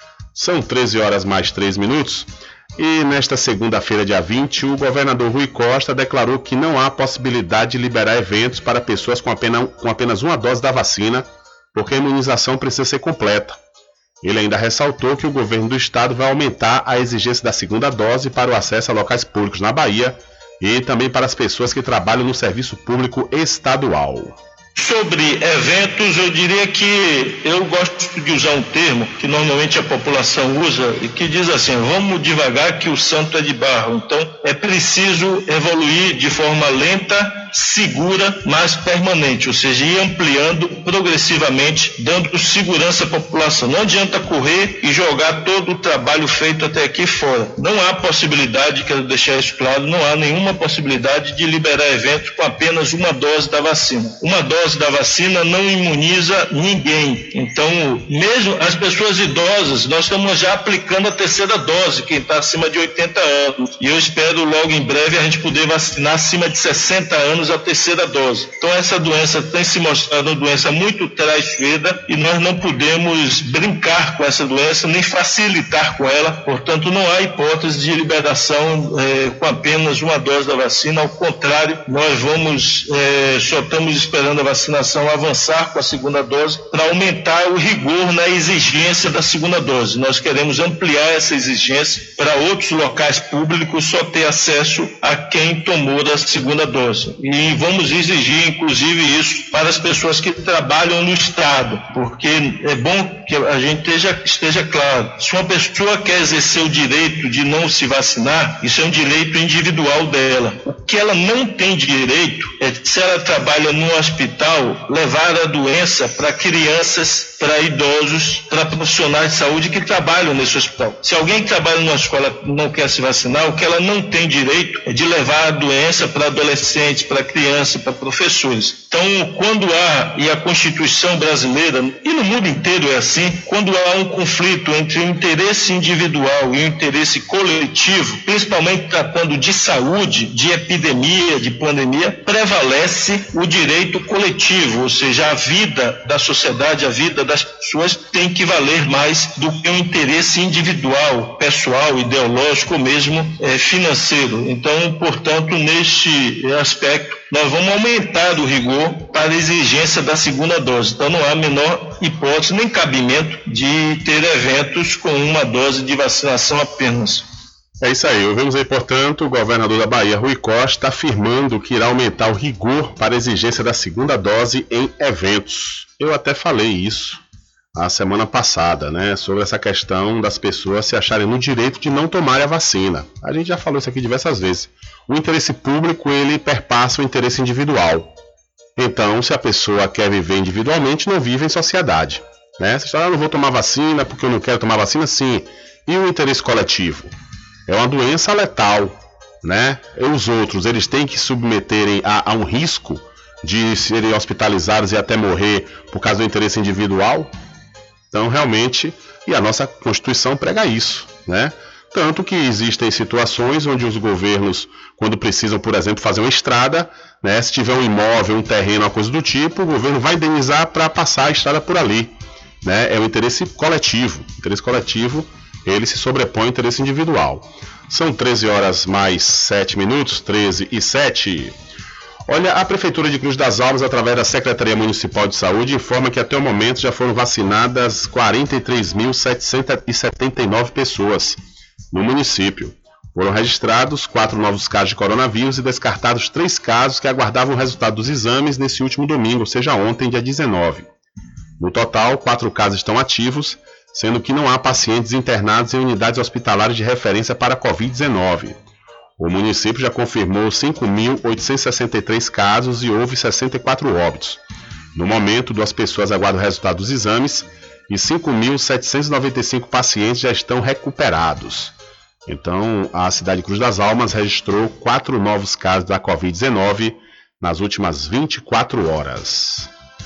São treze horas mais três minutos e nesta segunda-feira, dia vinte, o governador Rui Costa declarou que não há possibilidade de liberar eventos para pessoas com apenas, com apenas uma dose da vacina, porque a imunização precisa ser completa. Ele ainda ressaltou que o governo do estado vai aumentar a exigência da segunda dose para o acesso a locais públicos na Bahia e também para as pessoas que trabalham no serviço público estadual. Sobre eventos, eu diria que eu gosto de usar um termo que normalmente a população usa e que diz assim: vamos devagar que o santo é de barro. Então é preciso evoluir de forma lenta, segura, mas permanente, ou seja, ir ampliando progressivamente, dando segurança à população. Não adianta correr e jogar todo o trabalho feito até aqui fora. Não há possibilidade, quero deixar isso claro, não há nenhuma possibilidade de liberar eventos com apenas uma dose da vacina. Uma dose da vacina não imuniza ninguém. Então, mesmo as pessoas idosas, nós estamos já aplicando a terceira dose, quem está acima de oitenta anos. E eu espero logo em breve a gente poder vacinar acima de sessenta anos menos a terceira dose. Então essa doença tem se mostrado uma doença muito traiçoeira e nós não podemos brincar com essa doença nem facilitar com ela. Portanto, não há hipótese de liberação eh, com apenas uma dose da vacina. Ao contrário, nós vamos eh, só estamos esperando a vacinação avançar com a segunda dose para aumentar o rigor na exigência da segunda dose. Nós queremos ampliar essa exigência para outros locais públicos só ter acesso a quem tomou da segunda dose. E vamos exigir, inclusive, isso para as pessoas que trabalham no Estado, porque é bom que a gente esteja, esteja claro. Se uma pessoa quer exercer o direito de não se vacinar, isso é um direito individual dela. O que ela não tem direito é, se ela trabalha num hospital, levar a doença para crianças, para idosos, para profissionais de saúde que trabalham nesse hospital. Se alguém que trabalha numa escola não quer se vacinar, o que ela não tem direito é de levar a doença para adolescentes, para crianças, para professores. Então, quando há, e a Constituição brasileira, e no mundo inteiro é assim, quando há um conflito entre o interesse individual e o interesse coletivo, principalmente tratando de saúde, de epidemia, de pandemia, prevalece o direito coletivo, ou seja, a vida da sociedade, a vida das pessoas tem que valer mais do que o interesse individual, pessoal, ideológico ou mesmo é, financeiro. Então, portanto, neste aspecto, nós vamos aumentar o rigor para a exigência da segunda dose. Então, não há a menor hipótese nem cabimento de ter eventos com uma dose de vacinação apenas. É isso aí, ouvimos aí, portanto, o governador da Bahia, Rui Costa, afirmando que irá aumentar o rigor para a exigência da segunda dose em eventos. Eu até falei isso a semana passada, né, sobre essa questão das pessoas se acharem no direito de não tomarem a vacina. A gente já falou isso aqui diversas vezes. O interesse público, ele perpassa o interesse individual. Então, se a pessoa quer viver individualmente, não vive em sociedade, né? Você fala, ah, não vou tomar vacina porque eu não quero tomar vacina, sim. E o interesse coletivo? É uma doença letal, né? E os outros, eles têm que submeterem a, a um risco de serem hospitalizados e até morrer por causa do interesse individual? Então, realmente, e a nossa Constituição prega isso, né? Tanto que existem situações onde os governos, quando precisam, por exemplo, fazer uma estrada, né, se tiver um imóvel, um terreno, uma coisa do tipo, o governo vai indenizar para passar a estrada por ali, né? É o interesse coletivo. O interesse coletivo, ele se sobrepõe ao interesse individual. São treze horas mais sete minutos, treze e sete. Olha, a Prefeitura de Cruz das Almas, através da Secretaria Municipal de Saúde, informa que até o momento já foram vacinadas quarenta e três mil setecentos e setenta e nove pessoas no município. Foram registrados quatro novos casos de coronavírus e descartados três casos que aguardavam o resultado dos exames nesse último domingo, ou seja, ontem, dia dezenove. No total, quatro casos estão ativos, sendo que não há pacientes internados em unidades hospitalares de referência para a covid dezenove. O município já confirmou cinco mil oitocentos e sessenta e três casos e houve sessenta e quatro óbitos. No momento, duas pessoas aguardam o resultado dos exames e cinco mil setecentos e noventa e cinco pacientes já estão recuperados. Então, a cidade de Cruz das Almas registrou quatro novos casos da covid dezenove nas últimas vinte e quatro horas.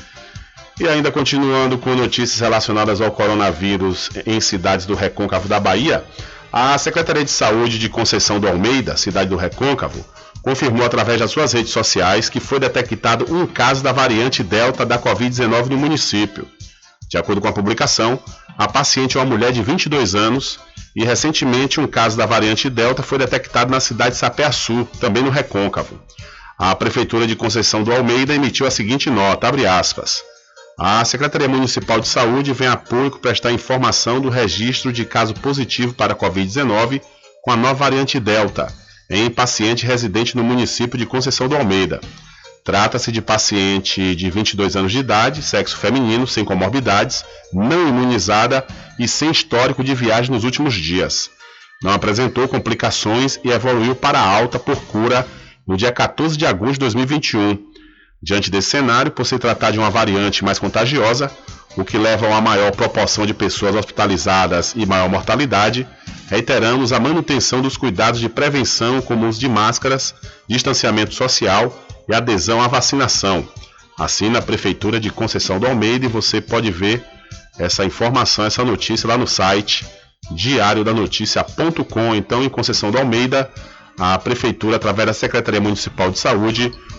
E ainda continuando com notícias relacionadas ao coronavírus em cidades do Recôncavo da Bahia, a Secretaria de Saúde de Conceição do Almeida, cidade do Recôncavo, confirmou através das suas redes sociais que foi detectado um caso da variante Delta da covid dezenove no município. De acordo com a publicação, a paciente é uma mulher de vinte e dois anos e recentemente um caso da variante Delta foi detectado na cidade de Sapé-Açu, também no Recôncavo. A Prefeitura de Conceição do Almeida emitiu a seguinte nota, abre aspas, a Secretaria Municipal de Saúde vem a público prestar informação do registro de caso positivo para a covid dezenove com a nova variante Delta, em paciente residente no município de Conceição do Almeida. Trata-se de paciente de vinte e dois anos de idade, sexo feminino, sem comorbidades, não imunizada e sem histórico de viagem nos últimos dias. Não apresentou complicações e evoluiu para alta por cura no dia quatorze de agosto de dois mil e vinte e um. Diante desse cenário, por se tratar de uma variante mais contagiosa, o que leva a uma maior proporção de pessoas hospitalizadas e maior mortalidade, reiteramos a manutenção dos cuidados de prevenção, como uso de máscaras, distanciamento social e adesão à vacinação. Assina a Prefeitura de Conceição do Almeida e você pode ver essa informação, essa notícia lá no site diário da notícia ponto com. Então, em Conceição do Almeida, a Prefeitura, através da Secretaria Municipal de Saúde,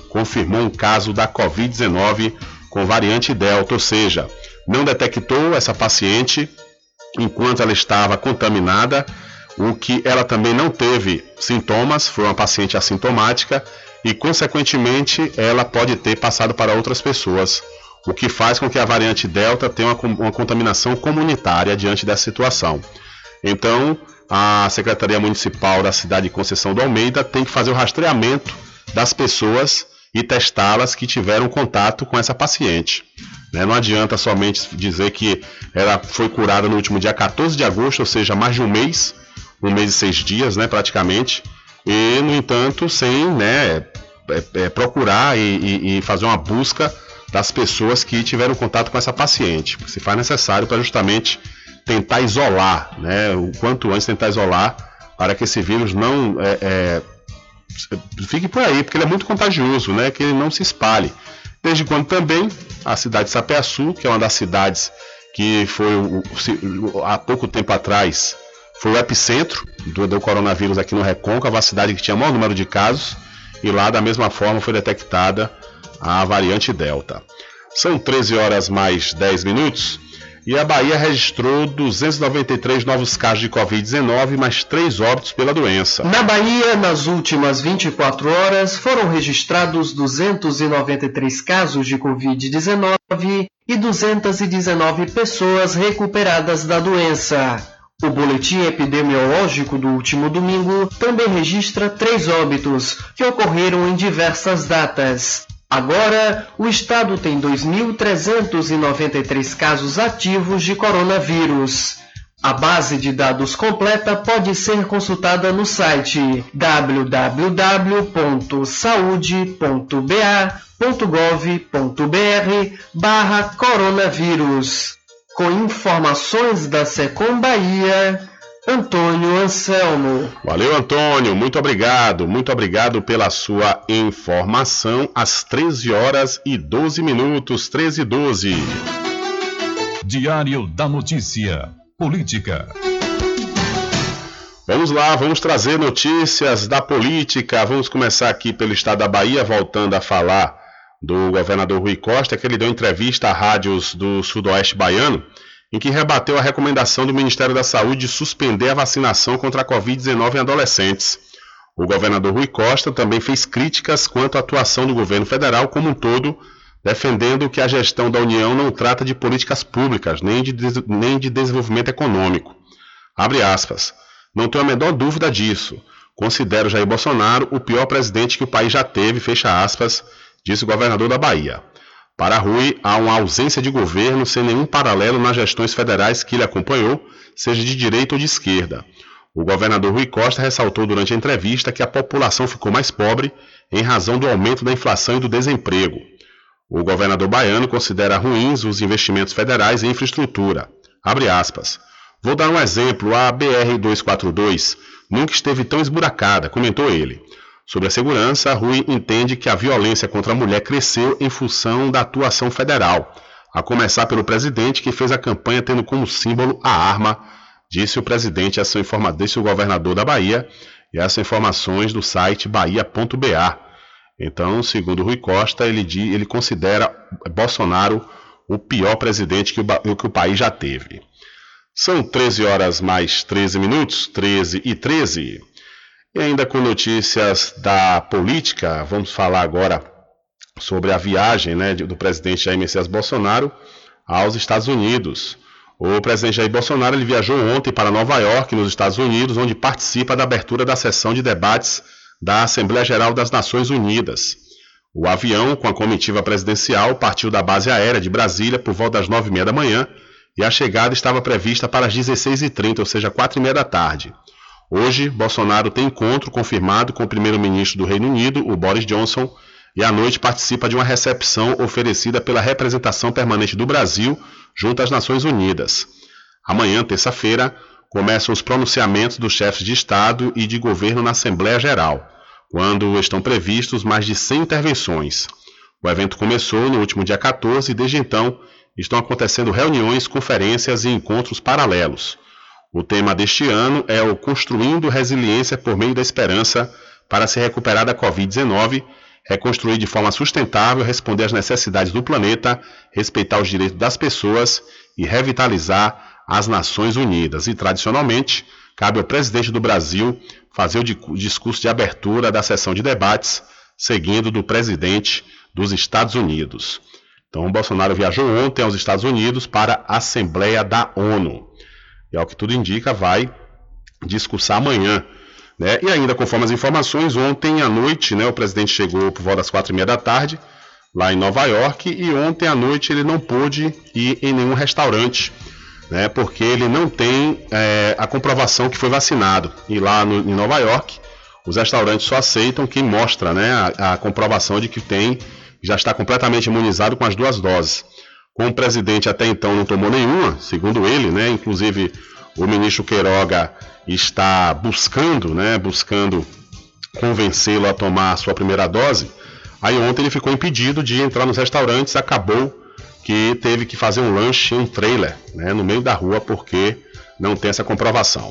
confirmou um caso da covid dezenove com variante Delta, ou seja, não detectou essa paciente enquanto ela estava contaminada, o que ela também não teve sintomas, foi uma paciente assintomática e, consequentemente, ela pode ter passado para outras pessoas, o que faz com que a variante Delta tenha uma, uma contaminação comunitária diante dessa situação. Então, a Secretaria Municipal da cidade de Conceição do Almeida tem que fazer o rastreamento das pessoas e testá-las que tiveram contato com essa paciente. Né? Não adianta somente dizer que ela foi curada no último dia quatorze de agosto, ou seja, mais de um mês, um mês e seis dias, né, praticamente, e, no entanto, sem, né, é, é, procurar e, e, e fazer uma busca das pessoas que tiveram contato com essa paciente, porque se faz necessário para justamente tentar isolar, né, o quanto antes tentar isolar, para que esse vírus não é, é, fique por aí, porque ele é muito contagioso, né, que ele não se espalhe. Desde quando também a cidade de Sapé-Açu, que é uma das cidades que foi há pouco tempo atrás foi o epicentro do, do coronavírus aqui no Recôncavo, a cidade que tinha o maior número de casos, e lá da mesma forma foi detectada a variante Delta. São treze horas mais dez minutos e a Bahia registrou duzentos e noventa e três novos casos de covid dezenove, mais três óbitos pela doença. Na Bahia, nas últimas vinte e quatro horas, foram registrados duzentos e noventa e três casos de covid dezenove e duzentas e dezenove pessoas recuperadas da doença. O boletim epidemiológico do último domingo também registra três óbitos, que ocorreram em diversas datas. Agora, o estado tem dois mil trezentos e noventa e três casos ativos de coronavírus. A base de dados completa pode ser consultada no site w w w ponto saude ponto b a ponto gov ponto b r barra coronavírus. Com informações da Secom Bahia, Antônio Anselmo. Valeu, Antônio, muito obrigado, muito obrigado pela sua informação às treze horas e doze minutos, treze e doze. Diário da Notícia, política. Vamos lá, vamos trazer notícias da política, vamos começar aqui pelo estado da Bahia, voltando a falar do governador Rui Costa, que ele deu entrevista a rádios do sudoeste baiano, em que rebateu a recomendação do Ministério da Saúde de suspender a vacinação contra a covid dezenove em adolescentes. O governador Rui Costa também fez críticas quanto à atuação do governo federal como um todo, defendendo que a gestão da União não trata de políticas públicas, nem de, nem de desenvolvimento econômico. Abre aspas. Não tenho a menor dúvida disso. Considero Jair Bolsonaro o pior presidente que o país já teve, fecha aspas, disse o governador da Bahia. Para Rui, há uma ausência de governo sem nenhum paralelo nas gestões federais que ele acompanhou, seja de direita ou de esquerda. O governador Rui Costa ressaltou durante a entrevista que a população ficou mais pobre em razão do aumento da inflação e do desemprego. O governador baiano considera ruins os investimentos federais em infraestrutura. Abre aspas. Vou dar um exemplo, a B R duzentos e quarenta e dois nunca esteve tão esburacada, comentou ele. Sobre a segurança, Rui entende que a violência contra a mulher cresceu em função da atuação federal, a começar pelo presidente que fez a campanha tendo como símbolo a arma, disse o presidente, essa informa... disse o governador da Bahia, e essas informações do site bahia ponto b a. Então, segundo Rui Costa, ele, diz, ele considera Bolsonaro o pior presidente que o, que o país já teve. São treze horas mais treze minutos, treze e treze. E ainda com notícias da política, vamos falar agora sobre a viagem, né, do presidente Jair Messias Bolsonaro aos Estados Unidos. O presidente Jair Bolsonaro ele viajou ontem para Nova York, nos Estados Unidos, onde participa da abertura da sessão de debates da Assembleia Geral das Nações Unidas. O avião, com a comitiva presidencial, partiu da base aérea de Brasília por volta das nove e meia da manhã e a chegada estava prevista para as dezesseis e trinta, ou seja, quatro e meia da tarde. Hoje, Bolsonaro tem encontro confirmado com o primeiro-ministro do Reino Unido, o Boris Johnson, e à noite participa de uma recepção oferecida pela representação permanente do Brasil junto às Nações Unidas. Amanhã, terça-feira, começam os pronunciamentos dos chefes de Estado e de governo na Assembleia Geral, quando estão previstos mais de cem intervenções. O evento começou no último dia quatorze e desde então estão acontecendo reuniões, conferências e encontros paralelos. O tema deste ano é o Construindo Resiliência por Meio da Esperança para se recuperar da covid dezenove, reconstruir de forma sustentável, responder às necessidades do planeta, respeitar os direitos das pessoas e revitalizar as Nações Unidas. E, tradicionalmente, cabe ao presidente do Brasil fazer o discurso de abertura da sessão de debates, seguindo do presidente dos Estados Unidos. Então, o Bolsonaro viajou ontem aos Estados Unidos para a Assembleia da ONU. E, ao que tudo indica, vai discursar amanhã. Né? E ainda, conforme as informações, ontem à noite, né, o presidente chegou por volta das quatro e meia da tarde, lá em Nova York, e ontem à noite ele não pôde ir em nenhum restaurante, né, porque ele não tem é, a comprovação que foi vacinado. E lá no, em Nova York, os restaurantes só aceitam quem mostra, né, a, a comprovação de que tem, já está completamente imunizado com as duas doses. Como o presidente até então não tomou nenhuma, segundo ele, né, inclusive o ministro Queiroga está buscando, né, buscando convencê-lo a tomar a sua primeira dose. Aí ontem ele ficou impedido de entrar nos restaurantes, acabou que teve que fazer um lanche em um trailer, né, no meio da rua, porque não tem essa comprovação.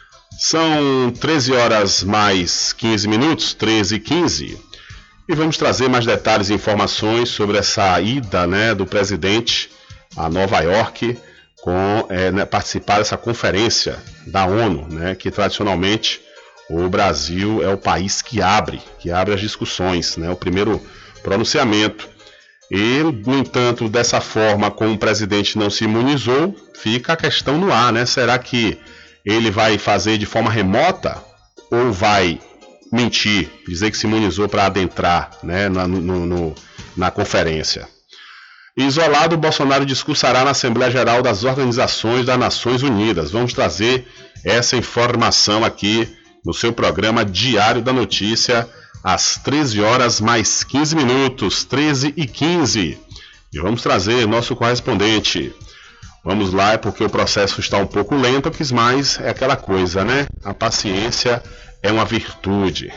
São treze horas mais quinze minutos, treze e quinze, e vamos trazer mais detalhes e informações sobre essa ida, né, do presidente a Nova York, com, é, né, participar dessa conferência da ONU, né, que tradicionalmente o Brasil é o país que abre, que abre as discussões, né, o primeiro pronunciamento. E, no entanto, dessa forma, como o presidente não se imunizou, fica a questão no ar, né? Será que ele vai fazer de forma remota ou vai mentir, dizer que se imunizou para adentrar, né, na, no, no, na conferência? Isolado, Bolsonaro discursará na Assembleia Geral das Organizações das Nações Unidas. Vamos trazer essa informação aqui no seu programa Diário da Notícia, às treze horas mais quinze minutos, treze e quinze. E vamos trazer nosso correspondente. Vamos lá, é porque o processo está um pouco lento, mas é aquela coisa, né? A paciência é uma virtude.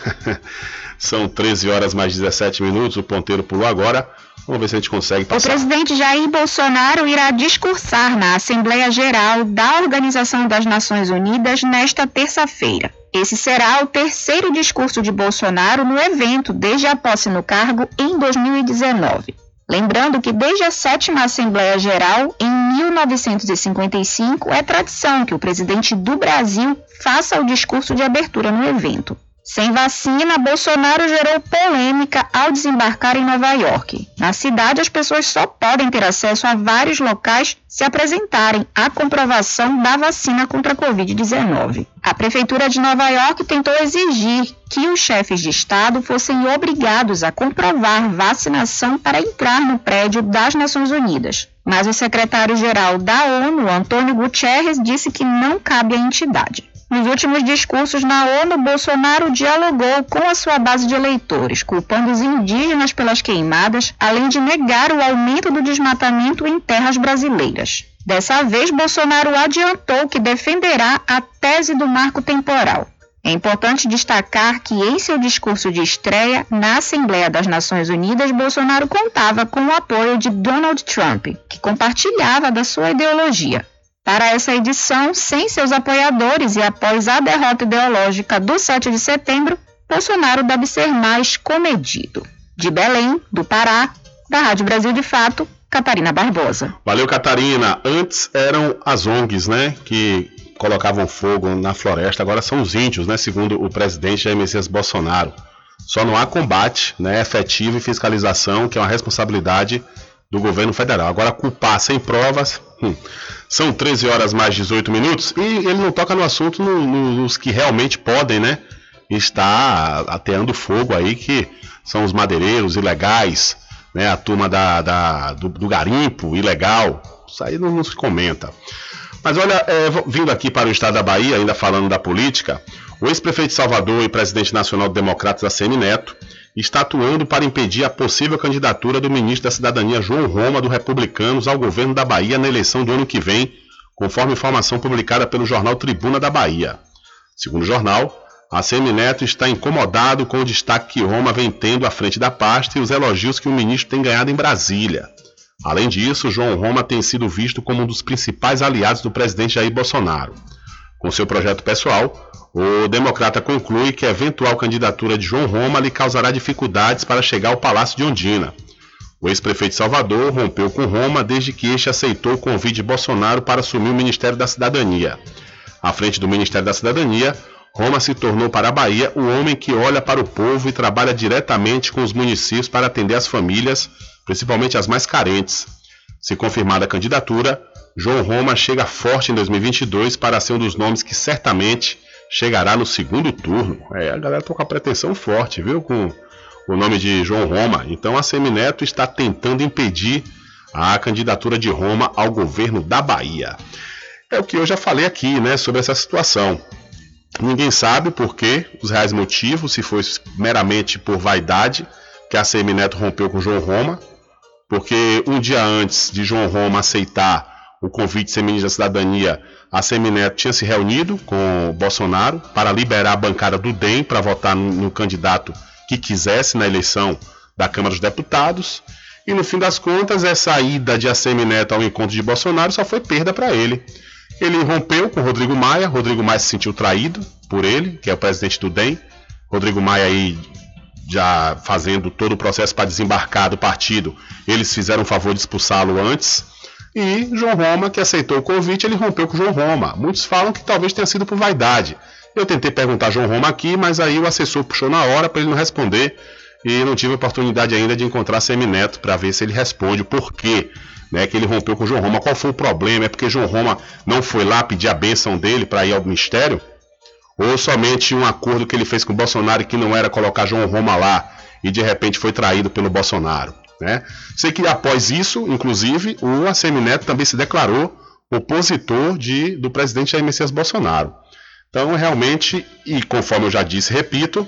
São treze horas mais dezessete minutos, o ponteiro pulou agora. Vamos ver se a gente consegue passar. O presidente Jair Bolsonaro irá discursar na Assembleia Geral da Organização das Nações Unidas nesta terça-feira. Esse será o terceiro discurso de Bolsonaro no evento desde a posse no cargo em dois mil e dezenove. Lembrando que desde a sétima Assembleia Geral, em mil novecentos e cinquenta e cinco, é tradição que o presidente do Brasil faça o discurso de abertura no evento. Sem vacina, Bolsonaro gerou polêmica ao desembarcar em Nova York. Na cidade, as pessoas só podem ter acesso a vários locais se apresentarem a comprovação da vacina contra a covid dezenove. A Prefeitura de Nova York tentou exigir que os chefes de Estado fossem obrigados a comprovar vacinação para entrar no prédio das Nações Unidas. Mas o secretário-geral da ONU, Antônio Guterres, disse que não cabe à entidade. Nos últimos discursos na ONU, Bolsonaro dialogou com a sua base de eleitores, culpando os indígenas pelas queimadas, além de negar o aumento do desmatamento em terras brasileiras. Dessa vez, Bolsonaro adiantou que defenderá a tese do marco temporal. É importante destacar que em seu discurso de estreia na Assembleia das Nações Unidas, Bolsonaro contava com o apoio de Donald Trump, que compartilhava da sua ideologia. Para essa edição, sem seus apoiadores e após a derrota ideológica do sete de setembro, Bolsonaro deve ser mais comedido. De Belém, do Pará, da Rádio Brasil de Fato, Catarina Barbosa. Valeu, Catarina. Antes eram as O N Gs, né, que colocavam fogo na floresta, agora são os índios, né, segundo o presidente Jair Messias Bolsonaro. Só não há combate, né, efetivo e fiscalização, que é uma responsabilidade do governo federal. Agora, culpar sem provas... Hum. São treze horas mais dezoito minutos e ele não toca no assunto no, no, nos que realmente podem, né, estar ateando fogo aí, que são os madeireiros ilegais, né, a turma da, da, do, do garimpo ilegal. Isso aí não, não se comenta. Mas olha, é, vindo aqui para o estado da Bahia, ainda falando da política, o ex-prefeito de Salvador e presidente nacional do Democratas, Assemi Neto, está atuando para impedir a possível candidatura do ministro da Cidadania, João Roma, do Republicanos, ao governo da Bahia na eleição do ano que vem, conforme informação publicada pelo jornal Tribuna da Bahia. Segundo o jornal, Assemi Neto está incomodado com o destaque que Roma vem tendo à frente da pasta e os elogios que o ministro tem ganhado em Brasília. Além disso, João Roma tem sido visto como um dos principais aliados do presidente Jair Bolsonaro. Com seu projeto pessoal, O democrata conclui que a eventual candidatura de João Roma lhe causará dificuldades para chegar ao Palácio de Ondina. O ex-prefeito de Salvador rompeu com Roma desde que este aceitou o convite de Bolsonaro para assumir o Ministério da Cidadania. À frente do Ministério da Cidadania, Roma se tornou para a Bahia o homem que olha para o povo e trabalha diretamente com os municípios para atender as famílias, principalmente as mais carentes. Se confirmada a candidatura, João Roma chega forte em dois mil e vinte e dois para ser um dos nomes que certamente chegará no segundo turno. É, a galera está com a pretensão forte, viu, com o nome de João Roma. Então a Semineto está tentando impedir a candidatura de Roma ao governo da Bahia. É o que eu já falei aqui, né, sobre essa situação. Ninguém sabe por que, os reais motivos, se foi meramente por vaidade que a Semineto rompeu com João Roma, porque um dia antes de João Roma aceitar o convite de ser ministro da Cidadania, a Semineto tinha se reunido com o Bolsonaro para liberar a bancada do D E M para votar no, no candidato que quisesse na eleição da Câmara dos Deputados. E no fim das contas, essa ida de Assemineto ao encontro de Bolsonaro só foi perda para ele. Ele rompeu com Rodrigo Maia, Rodrigo Maia se sentiu traído por ele, que é o presidente do D E M. Rodrigo Maia aí já fazendo todo o processo para desembarcar do partido, eles fizeram o favor de expulsá-lo antes. E João Roma, que aceitou o convite, ele rompeu com João Roma. Muitos falam que talvez tenha sido por vaidade. Eu tentei perguntar a João Roma aqui, mas aí o assessor puxou na hora para ele não responder e não tive a oportunidade ainda de encontrar Semineto para ver se ele responde o porquê, né, que ele rompeu com João Roma. Qual foi o problema? É porque João Roma não foi lá pedir a bênção dele para ir ao ministério? Ou somente um acordo que ele fez com o Bolsonaro que não era colocar João Roma lá e de repente foi traído pelo Bolsonaro? Né? Sei que após isso, inclusive, o Assemineto também se declarou opositor de, do presidente Jair Messias Bolsonaro. Então, realmente, e conforme eu já disse, repito,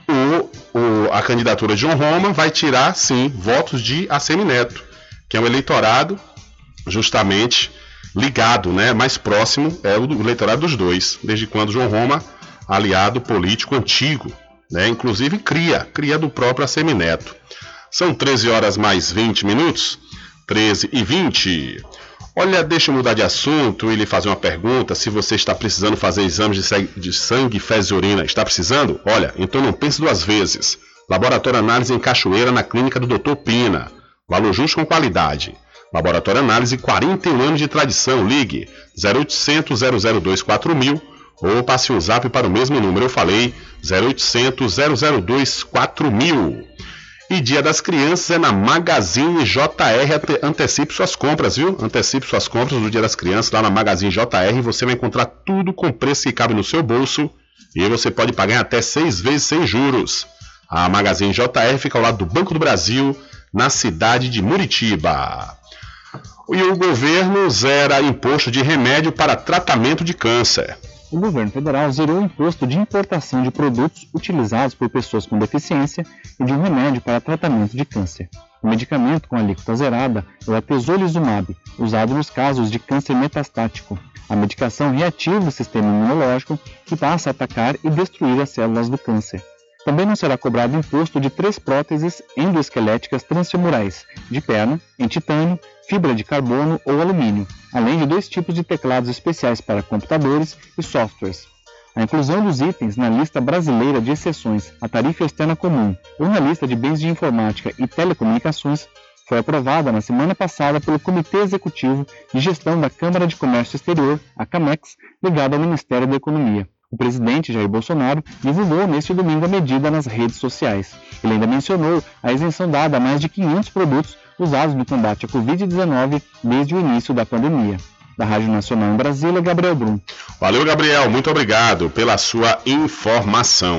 o, o, a candidatura de João Roma vai tirar, sim, votos de Assemineto, que é um eleitorado justamente ligado, né, mais próximo, é o eleitorado dos dois, desde quando João Roma, aliado político antigo, né, inclusive cria, cria do próprio Assemineto. São treze horas mais vinte minutos, treze e vinte. Olha, deixa eu mudar de assunto e lhe fazer uma pergunta. Se você está precisando fazer exames de sangue, fezes e urina, está precisando? Olha, então não pense duas vezes. Laboratório Análise em Cachoeira, na clínica do doutor Pina. Valor justo com qualidade. Laboratório Análise, quarenta e um anos de tradição. Ligue zero oitocentos, zero zero dois, quatro mil ou passe um zap para o mesmo número. Eu falei zero oitocentos, zero zero dois, quatro mil. E Dia das Crianças é na Magazine J R. Antecipe suas compras, viu? Antecipe suas compras do Dia das Crianças lá na Magazine J R. Você vai encontrar tudo com preço que cabe no seu bolso e você pode pagar até seis vezes sem juros. A Magazine J R fica ao lado do Banco do Brasil, na cidade de Muritiba. E o governo zera imposto de remédio para tratamento de câncer. O governo federal zerou o imposto de importação de produtos utilizados por pessoas com deficiência e de um remédio para tratamento de câncer. O medicamento com alíquota zerada é o atezolizumab, usado nos casos de câncer metastático. A medicação reativa o sistema imunológico que passa a atacar e destruir as células do câncer. Também não será cobrado imposto de três próteses endoesqueléticas transfemorais, de perna, em titânio, fibra de carbono ou alumínio, além de dois tipos de teclados especiais para computadores e softwares. A inclusão dos itens na lista brasileira de exceções à tarifa externa comum ou na lista de bens de informática e telecomunicações foi aprovada na semana passada pelo Comitê Executivo de Gestão da Câmara de Comércio Exterior, a CAMEX, ligado ao Ministério da Economia. O presidente Jair Bolsonaro divulgou neste domingo a medida nas redes sociais. Ele ainda mencionou a isenção dada a mais de quinhentos produtos usados no combate à covid dezenove desde o início da pandemia. Da Rádio Nacional em Brasília, Gabriel Brum. Valeu, Gabriel. Muito obrigado pela sua informação.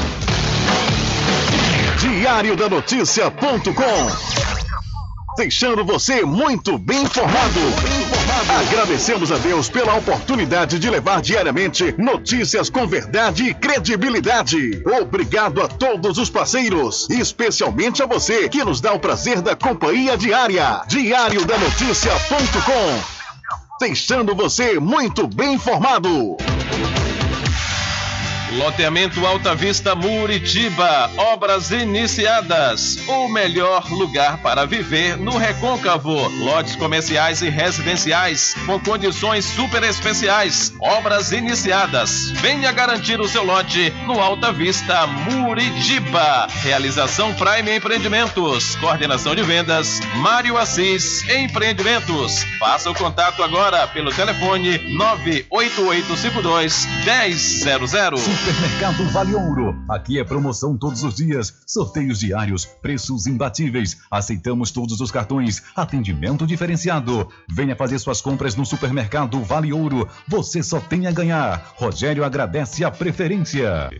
Diário da Notícia ponto com. Deixando você muito bem informado. bem informado. Agradecemos a Deus pela oportunidade de levar diariamente notícias com verdade e credibilidade. Obrigado a todos os parceiros, especialmente a você que nos dá o prazer da companhia diária. Diário da Notícia ponto com. Deixando você muito bem informado. Loteamento Alta Vista Muritiba, obras iniciadas. O melhor lugar para viver no Recôncavo. Lotes comerciais e residenciais com condições super especiais. Obras iniciadas. Venha garantir o seu lote no Alta Vista Muritiba. Realização Prime Empreendimentos. Coordenação de vendas Mário Assis Empreendimentos. Faça o contato agora pelo telefone nove oito oito cinco dois, um zero zero zero. Supermercado Vale Ouro. Aqui é promoção todos os dias, sorteios diários, preços imbatíveis. Aceitamos todos os cartões, atendimento diferenciado. Venha fazer suas compras no Supermercado Vale Ouro. Você só tem a ganhar. Rogério agradece a preferência.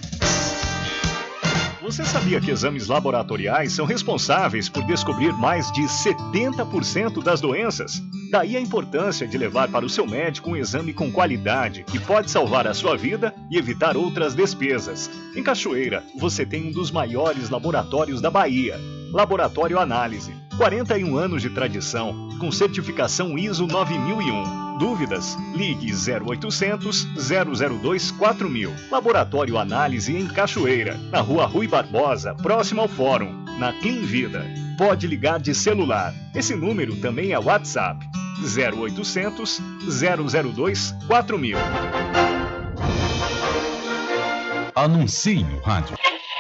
Você sabia que exames laboratoriais são responsáveis por descobrir mais de setenta por cento das doenças? Daí a importância de levar para o seu médico um exame com qualidade, que pode salvar a sua vida e evitar outras despesas. Em Cachoeira, você tem um dos maiores laboratórios da Bahia. Laboratório Análise. quarenta e um anos de tradição, com certificação I S O nove mil e um. Dúvidas? Ligue zero oitocentos, zero zero dois, quatro mil. Laboratório Análise em Cachoeira, na Rua Rui Barbosa, próximo ao Fórum, na Clean Vida. Pode ligar de celular. Esse número também é WhatsApp. zero oitocentos, zero zero dois, quatro mil. Anuncie no rádio.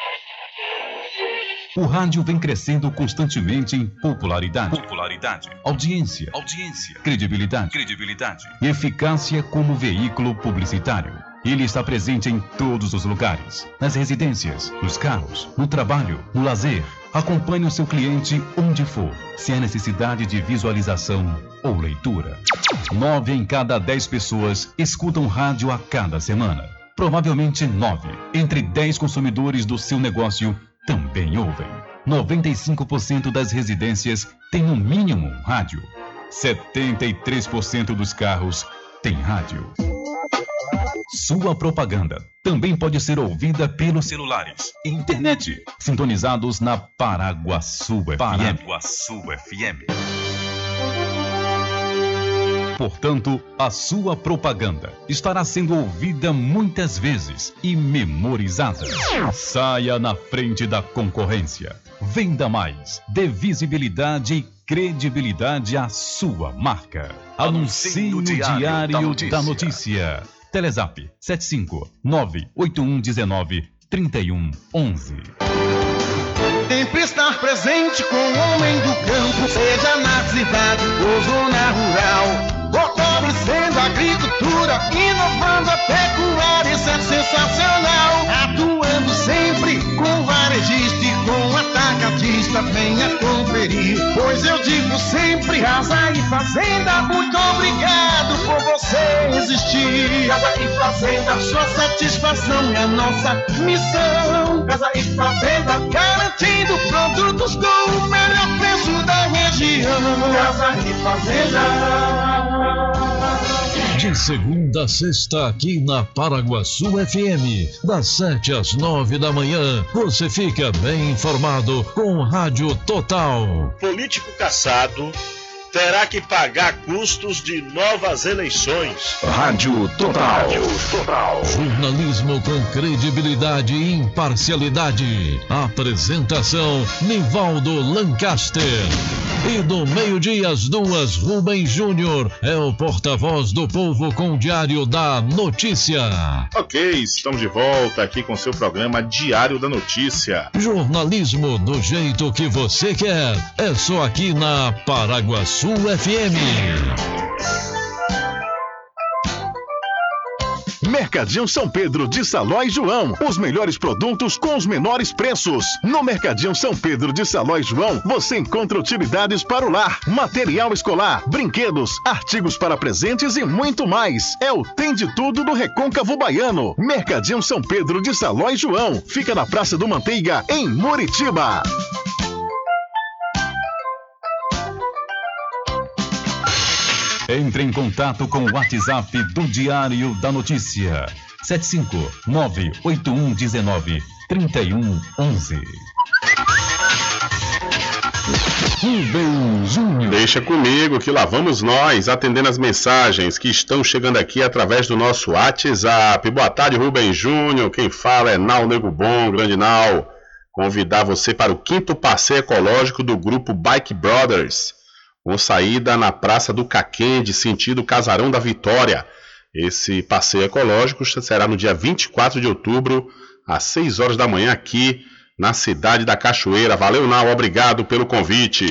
O rádio vem crescendo constantemente em popularidade, popularidade, audiência, audiência, credibilidade, credibilidade e eficácia como veículo publicitário. Ele está presente em todos os lugares, nas residências, nos carros, no trabalho, no lazer. Acompanhe o seu cliente onde for, se há necessidade de visualização ou leitura. Nove em cada dez pessoas escutam rádio a cada semana. Provavelmente nove entre dez consumidores do seu negócio também ouvem. noventa e cinco por cento das residências têm no mínimo um rádio. setenta e três por cento dos carros têm rádio. Sua propaganda também pode ser ouvida pelos celulares e internet, sintonizados na Paraguaçu F M. Paraguaçu F M. Portanto, a sua propaganda estará sendo ouvida muitas vezes e memorizada. Saia na frente da concorrência. Venda mais. Dê visibilidade e credibilidade à sua marca. Anuncie no Diário, Diário da, Notícia. da Notícia. Telezap sete cinco nove oito um um nove três um um um. Sempre estar presente com o homem do campo, seja na cidade ou zona rural. Fortalecendo a agricultura, inovando a pecuária, isso é sensacional. Atuando sempre com varejista e com atacadista, venha conferir. Pois eu digo sempre, Casa e Fazenda, muito obrigado por você existir. Casa e Fazenda, sua satisfação é a nossa missão. Casa e Fazenda, garantindo produtos com o melhor preço da região. Casa e Fazenda. De segunda a sexta, aqui na Paraguaçu F M, das sete às nove da manhã, você fica bem informado com Rádio Total. Político cassado terá que pagar custos de novas eleições. Rádio Total. Rádio Total. Jornalismo com credibilidade e imparcialidade. Apresentação, Nivaldo Lancaster. E do meio-dia às duas, Rubem Júnior é o porta-voz do povo com o Diário da Notícia. Ok, estamos de volta aqui com seu programa Diário da Notícia. Jornalismo do jeito que você quer. É só aqui na Paraguaçu F M. Mercadinho São Pedro de Saló e João. Os melhores produtos com os menores preços. No Mercadinho São Pedro de Saló e João, você encontra utilidades para o lar, material escolar, brinquedos, artigos para presentes e muito mais. É o Tem de Tudo do Recôncavo Baiano. Mercadinho São Pedro de Saló e João. Fica na Praça do Manteiga, em Muritiba. Entre em contato com o WhatsApp do Diário da Notícia. sete cinco nove oito um um nove três um um um. Rubem Júnior. Deixa comigo que lá vamos nós atendendo as mensagens que estão chegando aqui através do nosso WhatsApp. Boa tarde, Rubem Júnior. Quem fala é Nau Nego Bom, grande Nau. Convidar você para o quinto passeio ecológico do grupo Bike Brothers, com saída na Praça do Caquende, sentido Casarão da Vitória. Esse passeio ecológico será no dia vinte e quatro de outubro, às seis horas da manhã, aqui na cidade da Cachoeira. Valeu, Nau, obrigado pelo convite.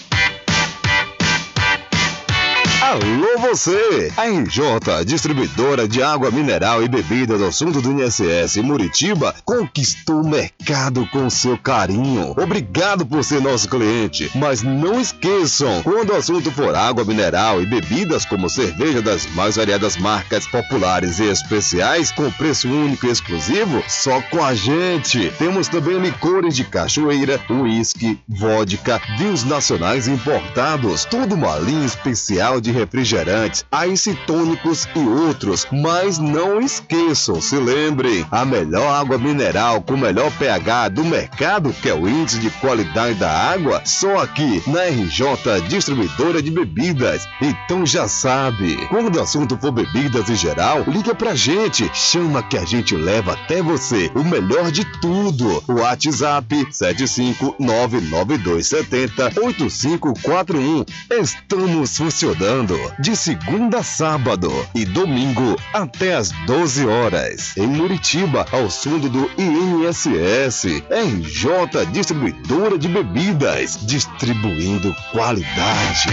Alô você! A R J, distribuidora de água mineral e bebidas do assunto do I N S S Muritiba, conquistou o mercado com seu carinho. Obrigado por ser nosso cliente. Mas não esqueçam, quando o assunto for água mineral e bebidas como cerveja das mais variadas marcas populares e especiais, com preço único e exclusivo, só com a gente. Temos também licores de cachoeira, uísque, vodka, vinhos nacionais importados, toda uma linha especial de refrigerantes, isotônicos e outros. Mas não esqueçam, se lembrem, a melhor água mineral com o melhor pH do mercado, que é o índice de qualidade da água, só aqui na R J Distribuidora de Bebidas. Então já sabe, quando o assunto for bebidas em geral, liga pra gente, chama que a gente leva até você o melhor de tudo. O WhatsApp sete cinco nove nove dois sete zero oito cinco quatro um. Estamos funcionando de segunda a sábado e domingo até às doze horas. Em Muritiba, ao fundo do I N S S. R J Distribuidora de Bebidas, distribuindo qualidade.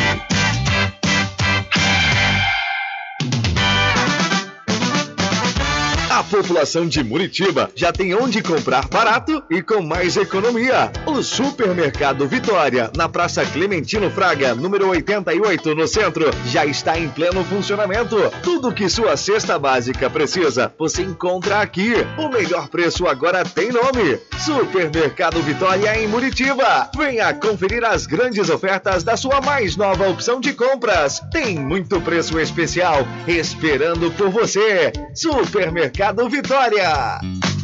A população de Muritiba já tem onde comprar barato e com mais economia. O Supermercado Vitória, na Praça Clementino Fraga, número oitenta e oito, no centro, já está em pleno funcionamento. Tudo que sua cesta básica precisa, você encontra aqui. O melhor preço agora tem nome: Supermercado Vitória em Muritiba. Venha conferir as grandes ofertas da sua mais nova opção de compras. Tem muito preço especial esperando por você. Supermercado Vitória.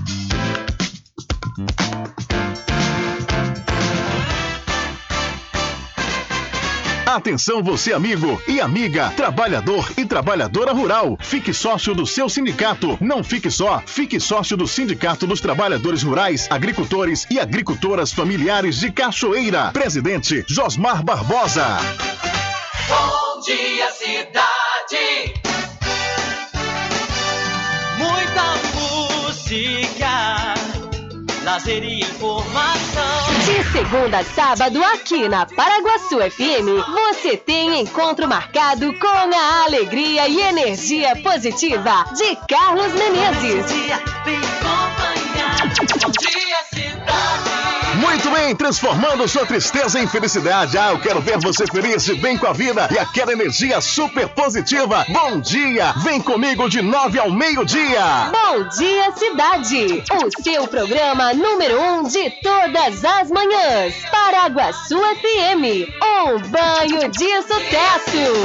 Atenção você amigo e amiga, trabalhador e trabalhadora rural. Fique sócio do seu sindicato. Não fique só, fique sócio do Sindicato dos Trabalhadores Rurais, Agricultores e Agricultoras Familiares de Cachoeira. Presidente Josmar Barbosa. Bom dia, cidade. Muita música, lazer e informação. De segunda a sábado, aqui na Paraguaçu F M, você tem encontro marcado com a alegria e energia positiva de Carlos Menezes. Bom dia, vem acompanhar. Bom dia, cidade. Muito bem, transformando sua tristeza em felicidade. Ah, eu quero ver você feliz e bem com a vida e aquela energia super positiva. Bom dia, vem comigo de nove ao meio-dia. Bom dia, cidade. O seu programa número um de todas as manhãs. Paraguaçu F M, um banho de sucesso.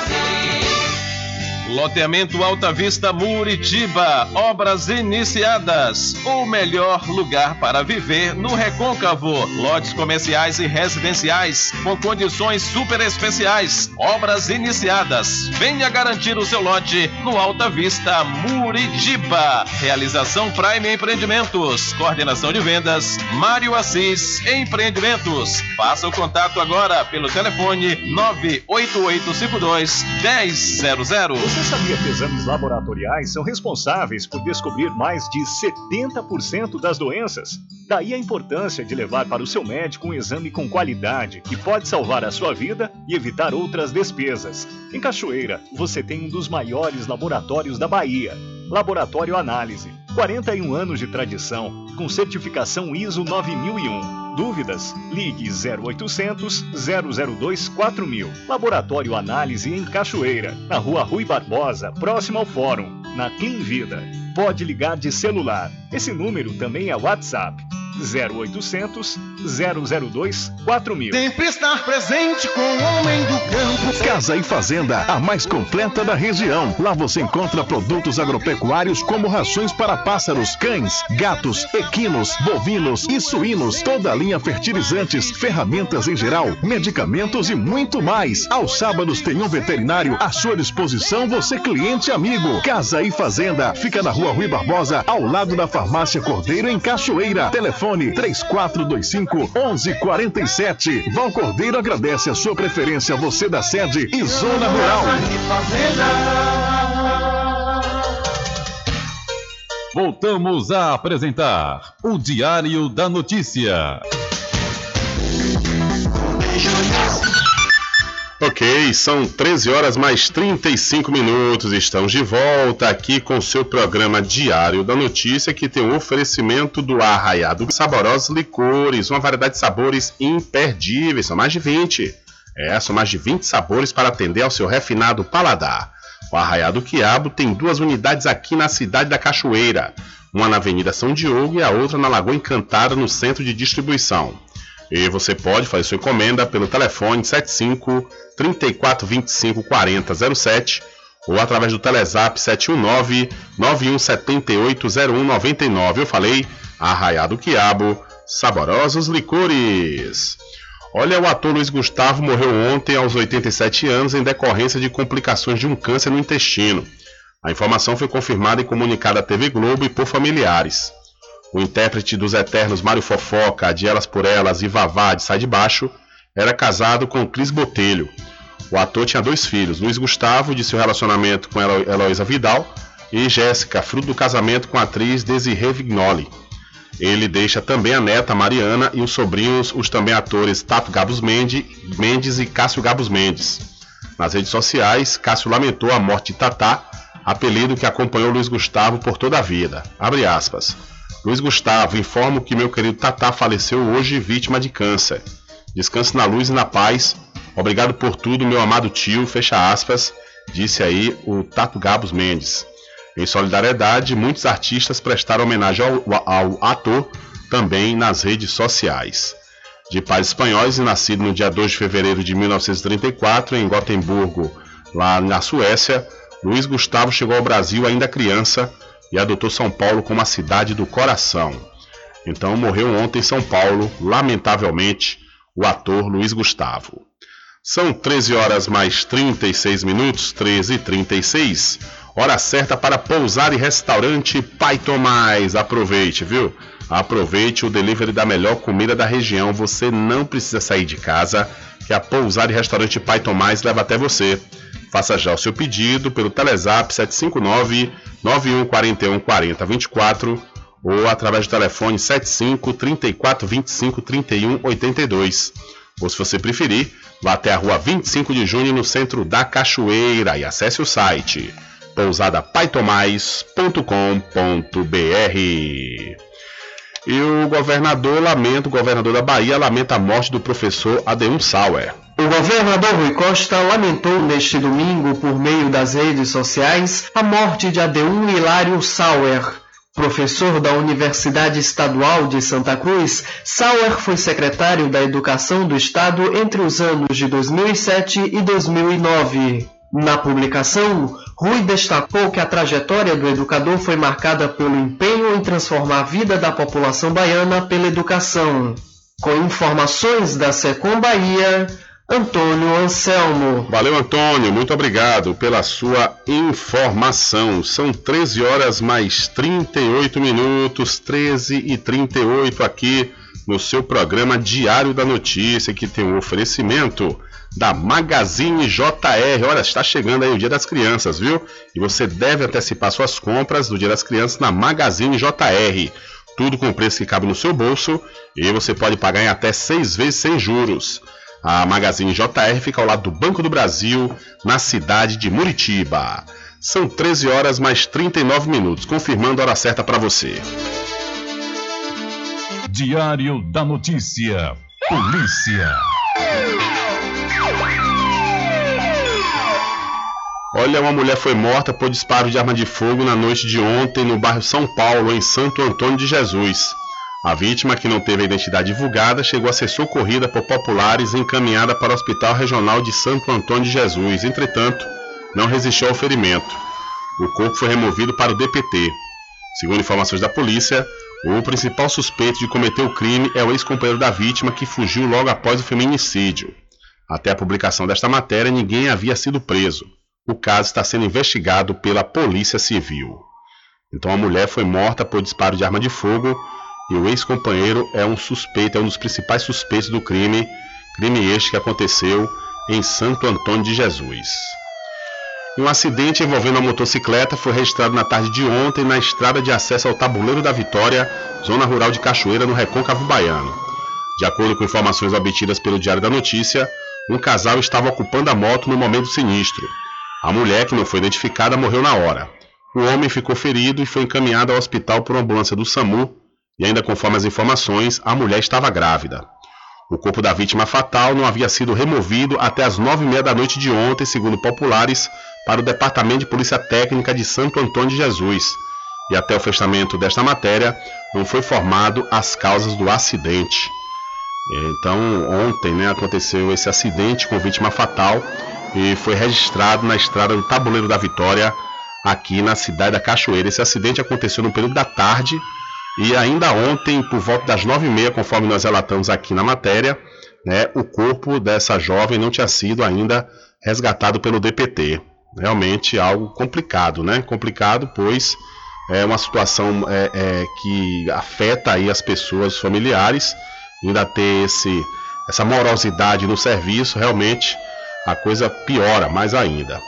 Loteamento Alta Vista Muritiba, obras iniciadas. O melhor lugar para viver no Recôncavo. Lotes comerciais e residenciais com condições super especiais. Obras iniciadas. Venha garantir o seu lote no Alta Vista Muritiba. Realização Prime Empreendimentos. Coordenação de vendas Mário Assis Empreendimentos. Faça o contato agora pelo telefone nove oito oito cinco dois um zero zero zero. Você sabia que exames laboratoriais são responsáveis por descobrir mais de setenta por cento das doenças? Daí a importância de levar para o seu médico um exame com qualidade que pode salvar a sua vida e evitar outras despesas. Em Cachoeira, você tem um dos maiores laboratórios da Bahia. Laboratório Análise. quarenta e um anos de tradição, com certificação I S O nove mil e um. Dúvidas? Ligue zero oitocentos, zero zero dois, quatro mil. Laboratório Análise em Cachoeira, na Rua Rui Barbosa, próximo ao Fórum, na Clean Vida. Pode ligar de celular. Esse número também é WhatsApp. zero oitocentos, zero zero dois, quatro mil. Sempre estar presente com o homem do campo. Casa e Fazenda, a mais completa da região. Lá você encontra produtos agropecuários como rações para pássaros, cães, gatos, equinos, bovinos e suínos, toda a linha fertilizantes, ferramentas em geral, medicamentos e muito mais. Aos sábados tem um veterinário à sua disposição, você cliente amigo. Casa e Fazenda, fica na rua Rui Barbosa, ao lado da Farmácia Cordeiro, em Cachoeira. Telefone três quatro dois cinco, um um quatro sete. Val Cordeiro agradece a sua preferência, você da sede e Zona Rural. Voltamos a apresentar o Diário da Notícia. Ok, são treze horas mais trinta e cinco minutos. Estamos de volta aqui com o seu programa Diário da Notícia, que tem um oferecimento do Arraiado Saborosos Licores, uma variedade de sabores imperdíveis, são mais de vinte. É, são mais de vinte sabores para atender ao seu refinado paladar. O Arraiado Quiabo tem duas unidades aqui na cidade da Cachoeira, uma na Avenida São Diogo e a outra na Lagoa Encantada, no centro de distribuição. E você pode fazer sua encomenda pelo telefone sete cinco, três quatro dois cinco, quatro zero zero sete ou através do Telezap sete um nove, nove um sete oito, zero um nove nove. Eu falei Arraiado Quiabo, saborosos licores. Olha, o ator Luiz Gustavo morreu ontem aos oitenta e sete anos em decorrência de complicações de um câncer no intestino. A informação foi confirmada e comunicada à T V Globo e por familiares. O intérprete dos eternos Mário Fofoca, de Elas por Elas e Vavá de Sai de Baixo, era casado com Cris Botelho. O ator tinha dois filhos, Luiz Gustavo, de seu relacionamento com Elo- Heloísa Vidal, e Jéssica, fruto do casamento com a atriz Desirê Vignoli. Ele deixa também a neta Mariana e os sobrinhos, os também atores Tato Gabos Mendes, Mendes e Cássio Gabos Mendes. Nas redes sociais, Cássio lamentou a morte de Tatá, apelido que acompanhou Luiz Gustavo por toda a vida. Abre aspas. Luiz Gustavo, informo que meu querido Tatá faleceu hoje vítima de câncer. Descanse na luz e na paz. Obrigado por tudo, meu amado tio, fecha aspas, disse aí o Tato Gabos Mendes. Em solidariedade, muitos artistas prestaram homenagem ao, ao ator também nas redes sociais. De pais espanhóis e nascido no dia dois de fevereiro de mil novecentos e trinta e quatro em Gotemburgo, lá na Suécia, Luiz Gustavo chegou ao Brasil ainda criança e adotou São Paulo como a cidade do coração. Então morreu ontem em São Paulo, lamentavelmente, o ator Luiz Gustavo. São treze horas mais trinta e seis minutos, treze e trinta e seis. Hora certa para pousar e restaurante Pai Tomás. Aproveite, viu? Aproveite o delivery da melhor comida da região. Você não precisa sair de casa, que a pousar e restaurante Pai Tomás leva até você. Faça já o seu pedido pelo Telezap sete cinco nove, nove um quatro um, quatro zero dois quatro ou através do telefone sete cinco, três quatro dois cinco, três um oito dois. Ou se você preferir, vá até a rua vinte e cinco de junho no centro da Cachoeira e acesse o site pousada pai tomás ponto com ponto b r. E o governador lamenta, o governador da Bahia lamenta a morte do professor Adeum Sauer. O governador Rui Costa lamentou neste domingo, por meio das redes sociais, a morte de Adeum Hilário Sauer. Professor da Universidade Estadual de Santa Cruz, Sauer foi secretário da Educação do Estado entre os anos de dois mil e sete e dois mil e nove. Na publicação, Rui destacou que a trajetória do educador foi marcada pelo empenho em transformar a vida da população baiana pela educação. Com informações da Secom Bahia, Antônio Anselmo. Valeu, Antônio, muito obrigado pela sua informação. São treze horas mais trinta e oito minutos, treze e trinta e oito aqui no seu programa Diário da Notícia, que tem um oferecimento da Magazine J R. Olha, está chegando aí o Dia das Crianças, viu? E você deve antecipar suas compras do Dia das Crianças na Magazine J R. Tudo com preço que cabe no seu bolso e você pode pagar em até seis vezes sem juros. A Magazine J R fica ao lado do Banco do Brasil, na cidade de Muritiba. São treze horas mais trinta e nove minutos, confirmando a hora certa para você. Diário da Notícia. Polícia. Olha, uma mulher foi morta por disparo de arma de fogo na noite de ontem no bairro São Paulo, em Santo Antônio de Jesus. A vítima, que não teve a identidade divulgada, chegou a ser socorrida por populares e encaminhada para o Hospital Regional de Santo Antônio de Jesus. Entretanto, não resistiu ao ferimento. O corpo foi removido para o D P T. Segundo informações da polícia, o principal suspeito de cometer o crime é o ex-companheiro da vítima, que fugiu logo após o feminicídio. Até a publicação desta matéria, ninguém havia sido preso. O caso está sendo investigado pela Polícia Civil. Então a mulher foi morta por disparo de arma de fogo e o ex-companheiro é um suspeito, é um dos principais suspeitos do crime, crime este que aconteceu em Santo Antônio de Jesus. E um acidente envolvendo uma motocicleta foi registrado na tarde de ontem na estrada de acesso ao Tabuleiro da Vitória, zona rural de Cachoeira, no Recôncavo Baiano. De acordo com informações obtidas pelo Diário da Notícia, um casal estava ocupando a moto no momento do sinistro. A mulher, que não foi identificada, morreu na hora. O homem ficou ferido e foi encaminhado ao hospital por uma ambulância do SAMU, e ainda conforme as informações, a mulher estava grávida. O corpo da vítima fatal não havia sido removido até as nove e meia da noite de ontem, segundo populares, para o Departamento de Polícia Técnica de Santo Antônio de Jesus. E até o fechamento desta matéria, não foi formado as causas do acidente. Então, ontem, né, aconteceu esse acidente com vítima fatal e foi registrado na estrada do Tabuleiro da Vitória, aqui na cidade da Cachoeira. Esse acidente aconteceu no período da tarde e ainda ontem, por volta das nove e meia, conforme nós relatamos aqui na matéria, né, o corpo dessa jovem não tinha sido ainda resgatado pelo D P T. Realmente algo complicado, né? Complicado, pois é uma situação é, é, que afeta aí as pessoas, os familiares, ainda ter esse, essa morosidade no serviço, realmente a coisa piora mais ainda.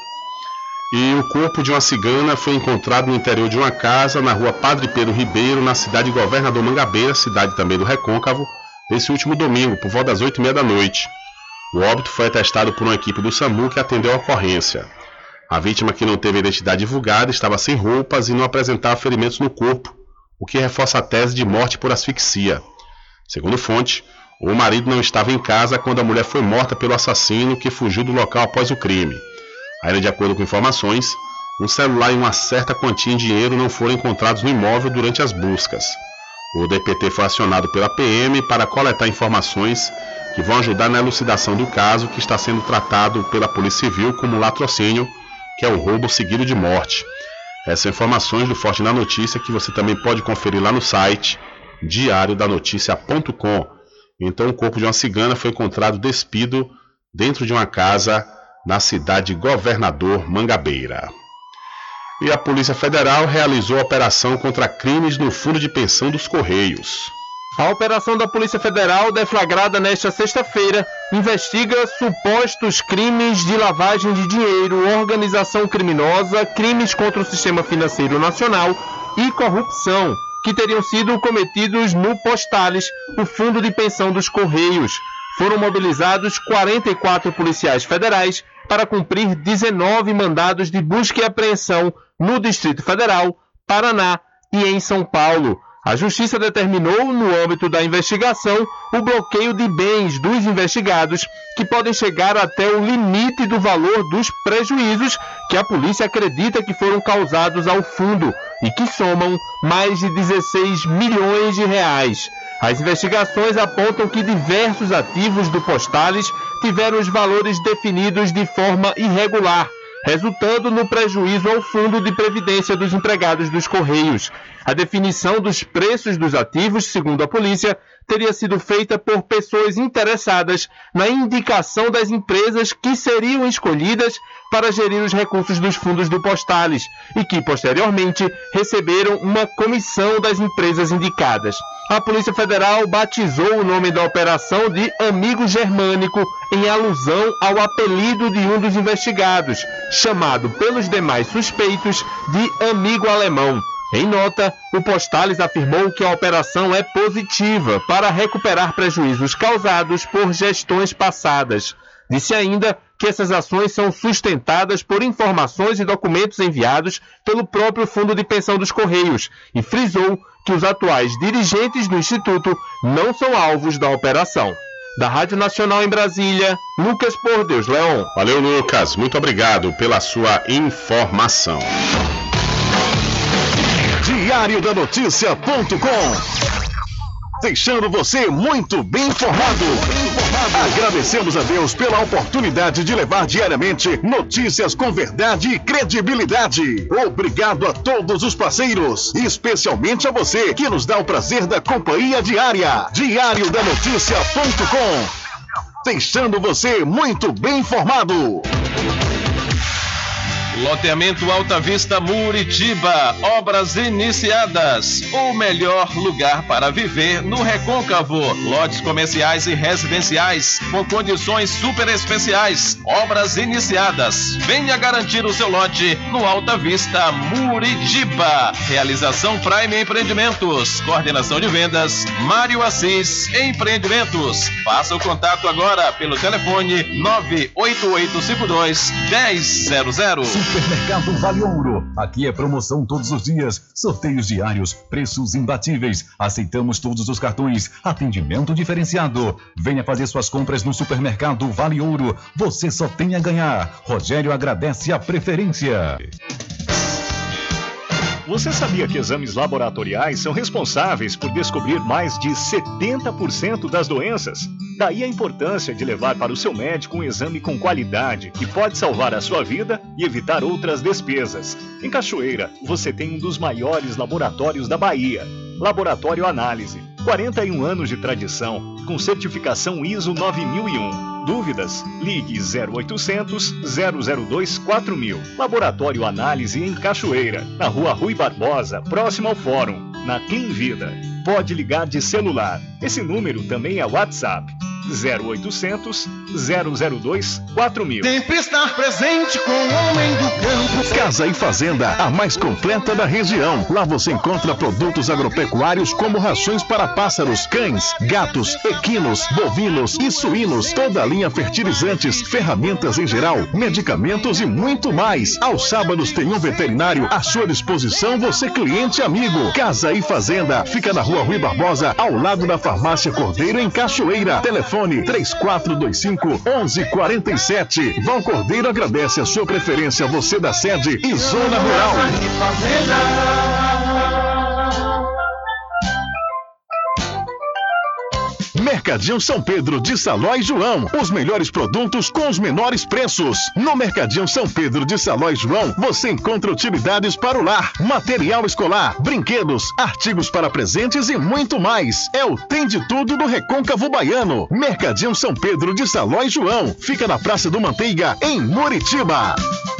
E o corpo de uma cigana foi encontrado no interior de uma casa na rua Padre Pedro Ribeiro, na cidade de Governador Mangabeira, cidade também do Recôncavo, nesse último domingo, por volta das oito e meia da noite. O óbito foi atestado por uma equipe do SAMU que atendeu a ocorrência. A vítima, que não teve a identidade divulgada, estava sem roupas e não apresentava ferimentos no corpo, o que reforça a tese de morte por asfixia. Segundo fonte, o marido não estava em casa quando a mulher foi morta pelo assassino, que fugiu do local após o crime. Ainda de acordo com informações, um celular e uma certa quantia em dinheiro não foram encontrados no imóvel durante as buscas. O D P T foi acionado pela P M para coletar informações que vão ajudar na elucidação do caso, que está sendo tratado pela Polícia Civil como latrocínio, que é o roubo seguido de morte. Essas são informações do Forte na Notícia, que você também pode conferir lá no site diário da notícia ponto com. Então, o corpo de uma cigana foi encontrado despido dentro de uma casa na cidade de Governador Mangabeira. E a Polícia Federal realizou a operação contra crimes no Fundo de Pensão dos Correios. A operação da Polícia Federal, deflagrada nesta sexta-feira, investiga supostos crimes de lavagem de dinheiro, organização criminosa, crimes contra o sistema financeiro nacional e corrupção, que teriam sido cometidos no Postales, o Fundo de Pensão dos Correios. Foram mobilizados quarenta e quatro policiais federais para cumprir dezenove mandados de busca e apreensão no Distrito Federal, Paraná e em São Paulo. A Justiça determinou, no âmbito da investigação, o bloqueio de bens dos investigados, que podem chegar até o limite do valor dos prejuízos que a polícia acredita que foram causados ao fundo e que somam mais de dezesseis milhões de reais. As investigações apontam que diversos ativos do Postales tiveram os valores definidos de forma irregular, resultando no prejuízo ao Fundo de Previdência dos Empregados dos Correios. A definição dos preços dos ativos, segundo a polícia, teria sido feita por pessoas interessadas na indicação das empresas que seriam escolhidas para gerir os recursos dos fundos do Postales e que, posteriormente, receberam uma comissão das empresas indicadas. A Polícia Federal batizou o nome da operação de Amigo Germânico, em alusão ao apelido de um dos investigados, chamado pelos demais suspeitos de Amigo Alemão. Em nota, o Postales afirmou que a operação é positiva para recuperar prejuízos causados por gestões passadas. Disse ainda que essas ações são sustentadas por informações e documentos enviados pelo próprio Fundo de Pensão dos Correios e frisou que os atuais dirigentes do Instituto não são alvos da operação. Da Rádio Nacional em Brasília, Lucas Por Deus Leon. Valeu, Lucas. Muito obrigado pela sua informação. Diário da Notícia ponto com. deixando você muito bem informado. Agradecemos a Deus pela oportunidade de levar diariamente notícias com verdade e credibilidade. Obrigado a todos os parceiros, especialmente a você que nos dá o prazer da companhia diária. Diário da Notícia ponto com, deixando você muito bem informado. Loteamento Alta Vista Muritiba, obras iniciadas. O melhor lugar para viver no Recôncavo. Lotes comerciais e residenciais com condições super especiais. Obras iniciadas. Venha garantir o seu lote no Alta Vista Muritiba. Realização Prime Empreendimentos. Coordenação de vendas Mário Assis Empreendimentos. Faça o contato agora pelo telefone nove oito oito cinco dois um zero zero zero. Supermercado Vale Ouro. Aqui é promoção todos os dias, sorteios diários, preços imbatíveis. Aceitamos todos os cartões, atendimento diferenciado. Venha fazer suas compras no Supermercado Vale Ouro. Você só tem a ganhar. Rogério agradece a preferência. Você sabia que exames laboratoriais são responsáveis por descobrir mais de setenta por cento das doenças? Daí a importância de levar para o seu médico um exame com qualidade, que pode salvar a sua vida e evitar outras despesas. Em Cachoeira, você tem um dos maiores laboratórios da Bahia. Laboratório Análise. quarenta e um anos de tradição, com certificação I S O nove mil e um. Dúvidas? Ligue zero oitocentos, zero zero dois, quatro mil. Laboratório Análise em Cachoeira, na Rua Rui Barbosa, próximo ao Fórum, na Clean Vida. Pode ligar de celular. Esse número também é WhatsApp. zero oitocentos, zero zero dois, quatro mil. Sempre estar presente com o homem do campo. Casa e Fazenda, a mais completa da região. Lá você encontra produtos agropecuários como rações para pássaros, cães, gatos, equinos, bovinos e suínos, toda a linha fertilizantes, ferramentas em geral, medicamentos e muito mais. Aos sábados tem um veterinário à sua disposição, você cliente amigo. Casa e Fazenda, fica na Rua Rui Barbosa, ao lado da Farmácia Cordeiro, em Cachoeira. Telefone três quatro dois cinco, um um quatro sete. Val Cordeiro agradece a sua preferência, você da sede e Zona Rural. Mercadinho São Pedro de Saló e João. Os melhores produtos com os menores preços. No Mercadinho São Pedro de Saló e João, você encontra utilidades para o lar, material escolar, brinquedos, artigos para presentes e muito mais. É o Tem de Tudo do Recôncavo Baiano. Mercadinho São Pedro de Saló e João. Fica na Praça do Manteiga, em Muritiba.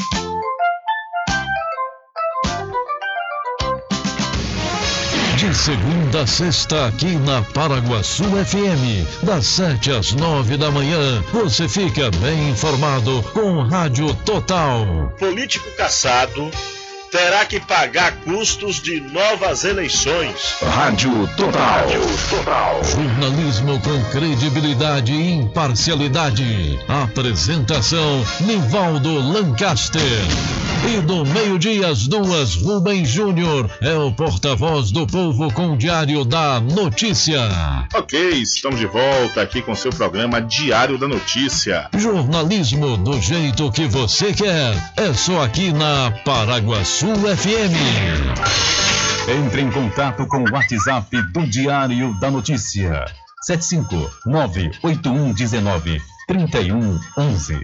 De segunda a sexta, aqui na Paraguaçu F M, das sete às nove da manhã, você fica bem informado com Rádio Total. Político cassado terá que pagar custos de novas eleições. Rádio Total. Rádio Total. Jornalismo com credibilidade e imparcialidade. Apresentação, Nivaldo Lancaster. E do meio-dia às duas, Rubens Júnior é o porta-voz do povo com o Diário da Notícia. Ok, estamos de volta aqui com seu programa Diário da Notícia. Jornalismo do jeito que você quer. É só aqui na Paraguaçu F M. Entre em contato com o WhatsApp do Diário da Notícia. sete cinco nove oito um um nove, três um um um.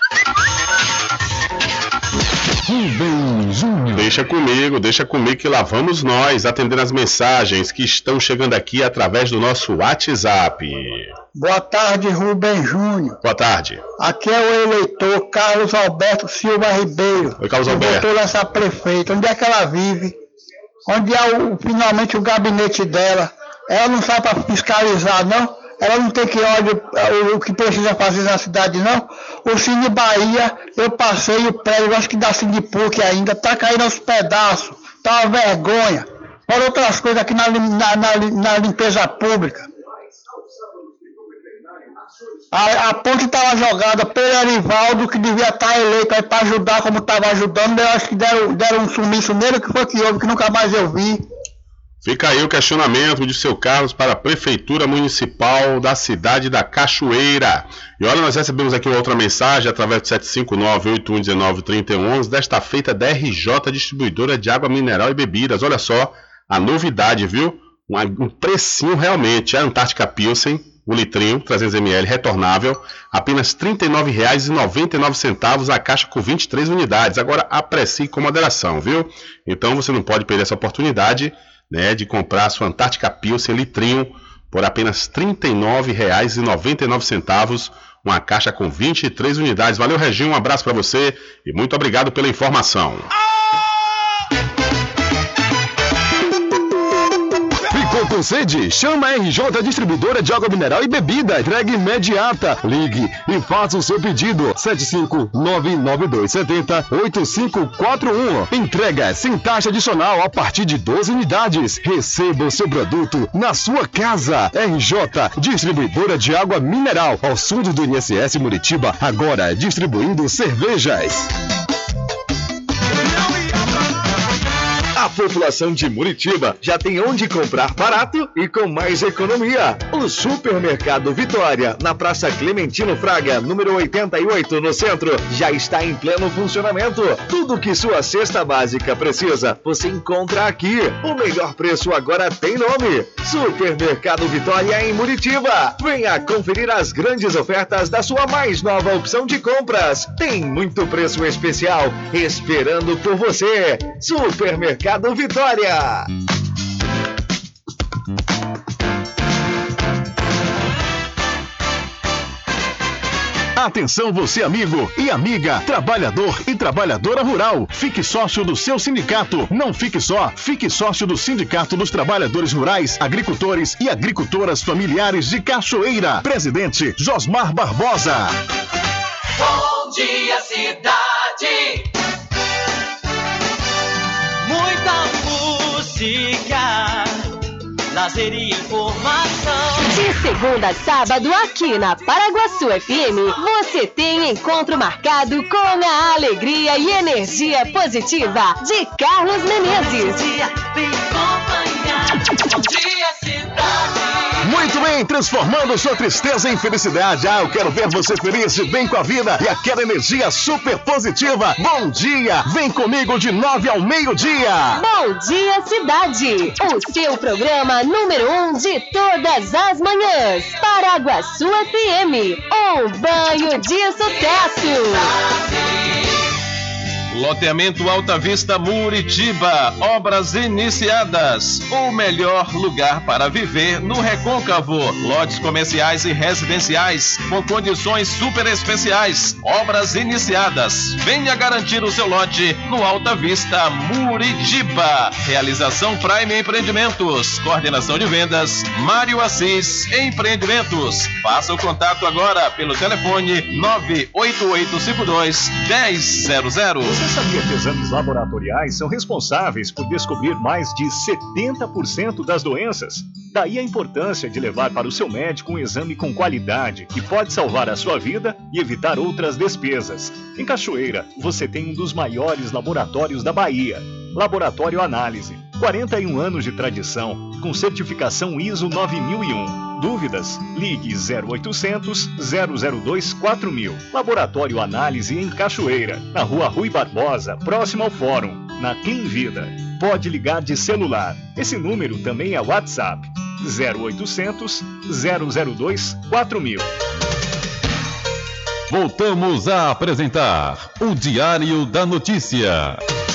Rubem Júnior. Deixa comigo, deixa comigo que lá vamos nós atendendo as mensagens que estão chegando aqui através do nosso WhatsApp. Boa tarde, Rubem Júnior. Boa tarde. Aqui é o eleitor Carlos Alberto Silva Ribeiro. Oi, Carlos Alberto. Votou nessa prefeita. Onde é que ela vive? Onde é o, finalmente o gabinete dela? Ela não sai para fiscalizar, não? Ela não tem que olhar o, o que precisa fazer na cidade, não? O Cine Bahia, eu passei o prédio, acho que da Cine Puc ainda, tá caindo aos pedaços, tá uma vergonha. Fora outras coisas aqui na, na, na, na limpeza pública. A, a ponte estava jogada pelo Erivaldo, que devia estar eleito aí para ajudar, como estava ajudando. Eu acho que deram, deram um sumiço nele, que foi que houve, que nunca mais eu vi. Fica aí o questionamento de seu Carlos para a Prefeitura Municipal da cidade da Cachoeira. E olha, nós recebemos aqui outra mensagem através do sete cinco nove oito um um nove três um um um, desta feita da R J Distribuidora de Água Mineral e Bebidas. Olha só a novidade, viu? um, um precinho realmente. A Antártica Pilsen, o litrinho, trezentos mililitros, retornável, apenas trinta e nove reais e noventa e nove centavos a caixa com vinte e três unidades. Agora aprecie com moderação, viu? Então você não pode perder essa oportunidade, né, de comprar a sua Antártica Pilsen litrinho por apenas trinta e nove reais e noventa e nove centavos, uma caixa com vinte e três unidades. Valeu, Reginho, um abraço para você e muito obrigado pela informação. Ficou com sede? Chama a R J Distribuidora de Água Mineral e Bebida. Entrega imediata. Ligue e faça o seu pedido. sete cinco nove nove dois sete zero oito cinco quatro um. Entrega sem taxa adicional a partir de doze unidades. Receba o seu produto na sua casa. R J Distribuidora de Água Mineral. Ao sul do I N S S Muritiba. Agora distribuindo cervejas. A população de Muritiba já tem onde comprar barato e com mais economia. O Supermercado Vitória, na Praça Clementino Fraga, número oitenta e oito, no centro, já está em pleno funcionamento. Tudo que sua cesta básica precisa, você encontra aqui. O melhor preço agora tem nome: Supermercado Vitória em Muritiba. Venha conferir as grandes ofertas da sua mais nova opção de compras. Tem muito preço especial esperando por você. Supermercado Vitória. Atenção você amigo e amiga, trabalhador e trabalhadora rural. Fique sócio do seu sindicato. Não fique só, fique sócio do Sindicato dos Trabalhadores Rurais, Agricultores e Agricultoras Familiares de Cachoeira. Presidente Josmar Barbosa. Bom dia, cidade. Muita música, lazer e informação. De segunda a sábado, aqui na Paraguaçu F M, você tem encontro marcado com a alegria e energia positiva de Carlos Menezes. Bom dia, vem acompanhar. Bom dia, cidade. Muito bem, transformando sua tristeza em felicidade. Ah, eu quero ver você feliz, de bem com a vida e aquela energia super positiva. Bom dia, vem comigo de nove ao meio-dia. Bom dia, cidade. O seu programa número um de todas as manhãs. Paraguaçu F M, um banho de sucesso. Loteamento Alta Vista Muritiba, obras iniciadas. O melhor lugar para viver no Recôncavo. Lotes comerciais e residenciais com condições super especiais. Obras iniciadas. Venha garantir o seu lote no Alta Vista Muritiba. Realização Prime Empreendimentos. Coordenação de vendas Mário Assis Empreendimentos. Faça o contato agora pelo telefone nove oito oito cinco dois um zero zero zero. Você sabia que exames laboratoriais são responsáveis por descobrir mais de setenta por cento das doenças? Daí a importância de levar para o seu médico um exame com qualidade que pode salvar a sua vida e evitar outras despesas. Em Cachoeira, você tem um dos maiores laboratórios da Bahia. Laboratório Análise. quarenta e um anos de tradição, com certificação I S O nove mil e um. Dúvidas? Ligue zero oitocentos, zero zero dois, quatro mil. Laboratório Análise em Cachoeira, na Rua Rui Barbosa, próximo ao Fórum, na Clean Vida. Pode ligar de celular. Esse número também é WhatsApp. zero oitocentos, zero zero dois, quatro mil. Voltamos a apresentar o Diário da Notícia.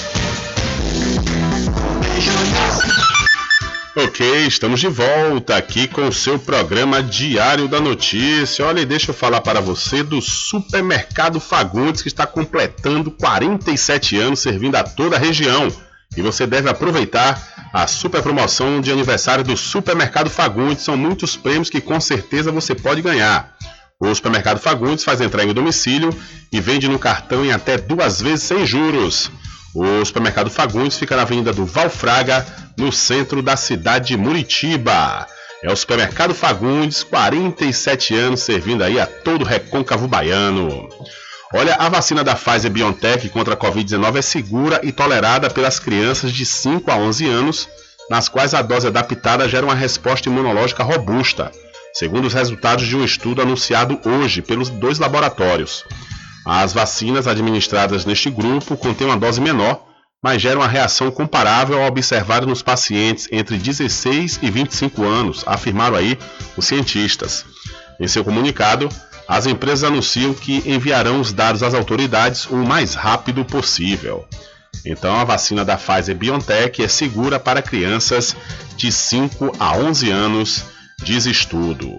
Ok, estamos de volta aqui com o seu programa Diário da Notícia. Olha, deixa eu falar para você do Supermercado Fagundes, que está completando quarenta e sete anos servindo a toda a região. E você deve aproveitar a super promoção de aniversário do Supermercado Fagundes. São muitos prêmios que com certeza você pode ganhar. O Supermercado Fagundes faz entrega em domicílio e vende no cartão em até duas vezes sem juros. O Supermercado Fagundes fica na Avenida do Valfraga, no centro da cidade de Muritiba. É o Supermercado Fagundes, quarenta e sete anos, servindo aí a todo o recôncavo baiano. Olha, a vacina da Pfizer-BioNTech contra a covid dezenove é segura e tolerada pelas crianças de cinco a onze anos, nas quais a dose adaptada gera uma resposta imunológica robusta, segundo os resultados de um estudo anunciado hoje pelos dois laboratórios. As vacinas administradas neste grupo contêm uma dose menor, mas gera uma reação comparável ao observado nos pacientes entre dezesseis e vinte e cinco anos, afirmaram aí os cientistas. Em seu comunicado, as empresas anunciam que enviarão os dados às autoridades o mais rápido possível. Então, a vacina da Pfizer-BioNTech é segura para crianças de cinco a onze anos, diz estudo.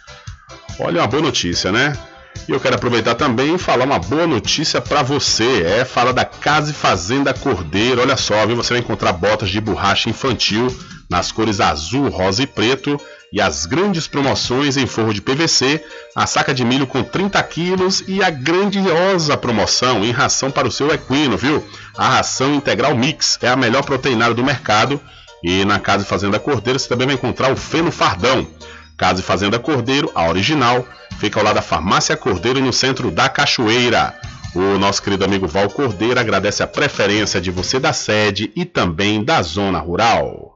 Olha, uma boa notícia, né? E eu quero aproveitar também e falar uma boa notícia para você. É, fala da Casa e Fazenda Cordeiro. Olha só, viu? Você vai encontrar botas de borracha infantil nas cores azul, rosa e preto. E as grandes promoções em forro de P V C, a saca de milho com trinta quilos e a grandiosa promoção em ração para o seu equino, viu? A ração integral mix é a melhor proteinada do mercado. E na Casa e Fazenda Cordeiro você também vai encontrar o feno fardão. Casa e Fazenda Cordeiro, a original, fica ao lado da Farmácia Cordeiro no centro da Cachoeira. O nosso querido amigo Val Cordeiro agradece a preferência de você da sede e também da zona rural.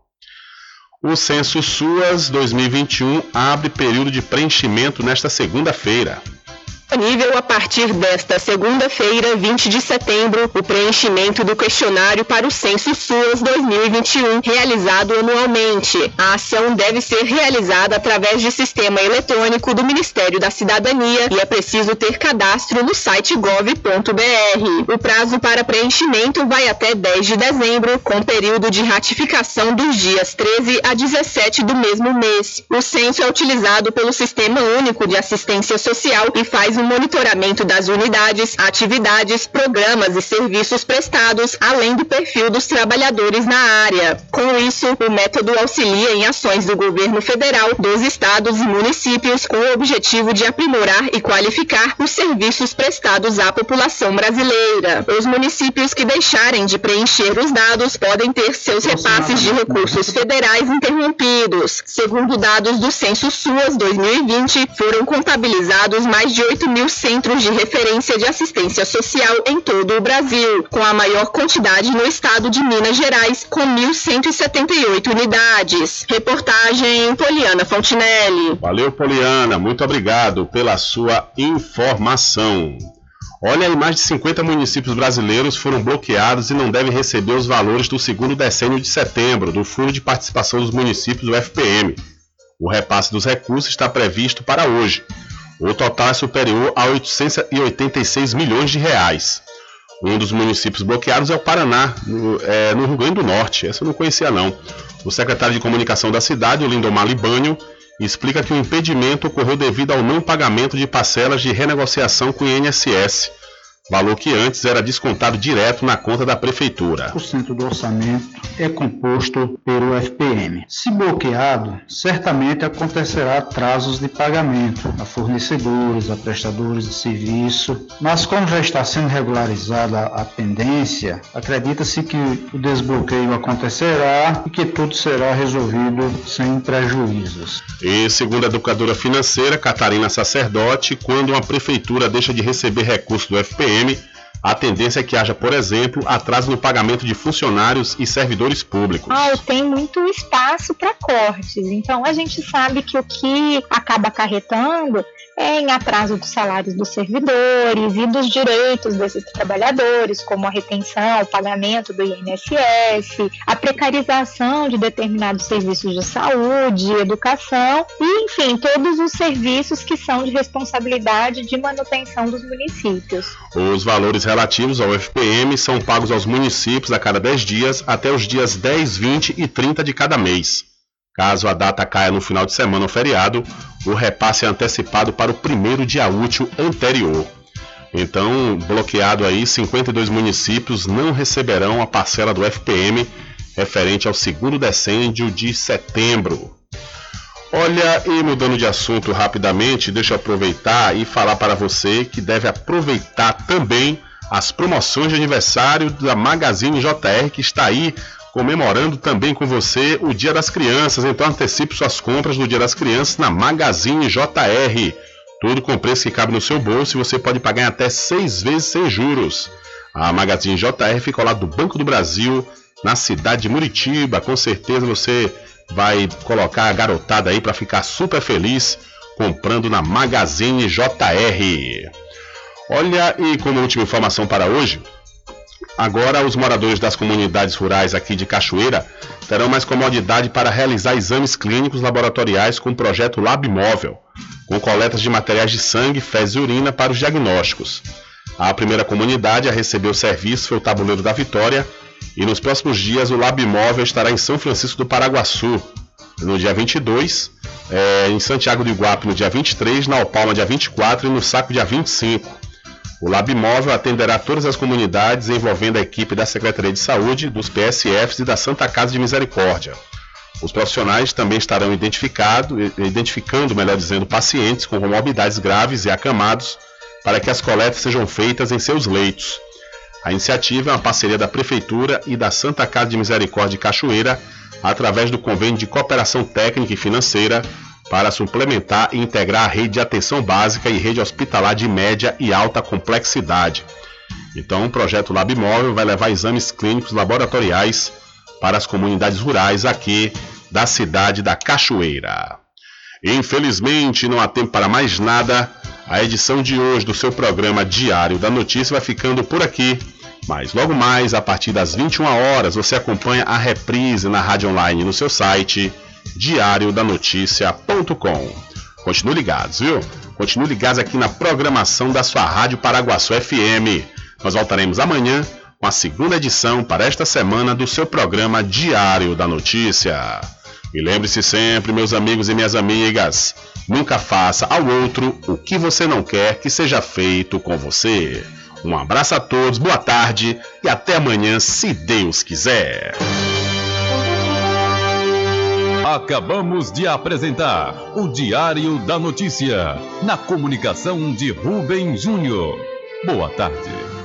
O Censo SUAS dois mil e vinte e um abre período de preenchimento nesta segunda-feira. Disponível a partir desta segunda-feira, vinte de setembro, o preenchimento do questionário para o Censo SUAS dois mil e vinte e um, realizado anualmente. A ação deve ser realizada através de sistema eletrônico do Ministério da Cidadania e é preciso ter cadastro no site gov ponto br. O prazo para preenchimento vai até dez de dezembro, com período de ratificação dos dias treze a dezessete do mesmo mês. O censo é utilizado pelo Sistema Único de Assistência Social e faz o monitoramento das unidades, atividades, programas e serviços prestados, além do perfil dos trabalhadores na área. Com isso, o método auxilia em ações do governo federal, dos estados e municípios, com o objetivo de aprimorar e qualificar os serviços prestados à população brasileira. Os municípios que deixarem de preencher os dados podem ter seus repasses de recursos federais interrompidos. Segundo dados do Censo SUAS dois mil e vinte, foram contabilizados mais de oito mil centros de referência de assistência social em todo o Brasil, com a maior quantidade no estado de Minas Gerais, com mil cento e setenta e oito unidades. Reportagem Poliana Fontinelli. Valeu, Poliana, muito obrigado pela sua informação. Olha aí, mais de cinquenta municípios brasileiros foram bloqueados e não devem receber os valores do segundo decênio de setembro do Fundo de Participação dos Municípios, o F P M. O repasse dos recursos está previsto para hoje. O total é superior a oitocentos e oitenta e seis milhões de reais. Um dos municípios bloqueados é o Paraná, no, é, no Rio Grande do Norte. Essa eu não conhecia não. O secretário de comunicação da cidade, o Lindomar Libânio, explica que o impedimento ocorreu devido ao não pagamento de parcelas de renegociação com o I N S S, valor que antes era descontado direto na conta da prefeitura. cem por cento do orçamento é composto pelo F P M. Se bloqueado, certamente acontecerá atrasos de pagamento a fornecedores, a prestadores de serviço, mas como já está sendo regularizada a pendência, acredita-se que o desbloqueio acontecerá e que tudo será resolvido sem prejuízos. E segundo a educadora financeira Catarina Sacerdote, quando uma prefeitura deixa de receber recursos do F P M, a tendência é que haja, por exemplo, atraso no pagamento de funcionários e servidores públicos. Ah, tem muito espaço para cortes. Então, a gente sabe que o que acaba acarretando é em atraso dos salários dos servidores e dos direitos desses trabalhadores, como a retenção, o pagamento do I N S S, a precarização de determinados serviços de saúde, educação e, enfim, todos os serviços que são de responsabilidade de manutenção dos municípios. Os valores relativos ao F P M são pagos aos municípios a cada dez dias até os dias dez, vinte e trinta de cada mês. Caso a data caia no final de semana ou feriado, o repasse é antecipado para o primeiro dia útil anterior. Então, bloqueado aí, cinquenta e dois municípios não receberão a parcela do F P M referente ao segundo decênio de setembro. Olha, e mudando de assunto rapidamente, deixa eu aproveitar e falar para você que deve aproveitar também as promoções de aniversário da Magazine J R, que está aí comemorando também com você o Dia das Crianças. Então antecipe suas compras do Dia das Crianças na Magazine J R. Tudo com preço que cabe no seu bolso e você pode pagar em até seis vezes sem juros. A Magazine J R fica ao lado do Banco do Brasil, na cidade de Muritiba. Com certeza você vai colocar a garotada aí para ficar super feliz comprando na Magazine J R. Olha, e como última informação para hoje, Agora, os moradores das comunidades rurais aqui de Cachoeira terão mais comodidade para realizar exames clínicos laboratoriais com o projeto Lab Móvel, com coletas de materiais de sangue, fezes e urina para os diagnósticos. A primeira comunidade a receber o serviço foi o Tabuleiro da Vitória, e nos próximos dias o Lab Móvel estará em São Francisco do Paraguaçu, no dia vinte e dois, é, em Santiago do Iguape no dia vinte e três, na Alpalma dia vinte e quatro e no Saco dia vinte e cinco. O Lab Móvel atenderá todas as comunidades envolvendo a equipe da Secretaria de Saúde, dos P S Fs e da Santa Casa de Misericórdia. Os profissionais também estarão identificado, identificando, melhor dizendo, pacientes com comorbidades graves e acamados para que as coletas sejam feitas em seus leitos. A iniciativa é uma parceria da Prefeitura e da Santa Casa de Misericórdia de Cachoeira, através do convênio de cooperação técnica e financeira, para suplementar e integrar a rede de atenção básica e rede hospitalar de média e alta complexidade. Então, o projeto Lab Móvel vai levar exames clínicos laboratoriais para as comunidades rurais aqui da cidade da Cachoeira. Infelizmente, não há tempo para mais nada. A edição de hoje do seu programa Diário da Notícia vai ficando por aqui. Mas logo mais, a partir das vinte e uma horas, você acompanha a reprise na rádio online no seu site diário da notícia ponto com. Continue ligados, viu? Continue ligados aqui na programação da sua Rádio Paraguaçu F M. Nós voltaremos amanhã com a segunda edição para esta semana do seu programa Diário da Notícia. E lembre-se sempre, meus amigos e minhas amigas, nunca faça ao outro o que você não quer que seja feito com você. Um abraço a todos, boa tarde e até amanhã, se Deus quiser. Acabamos de apresentar o Diário da Notícia, na comunicação de Rubem Júnior. Boa tarde.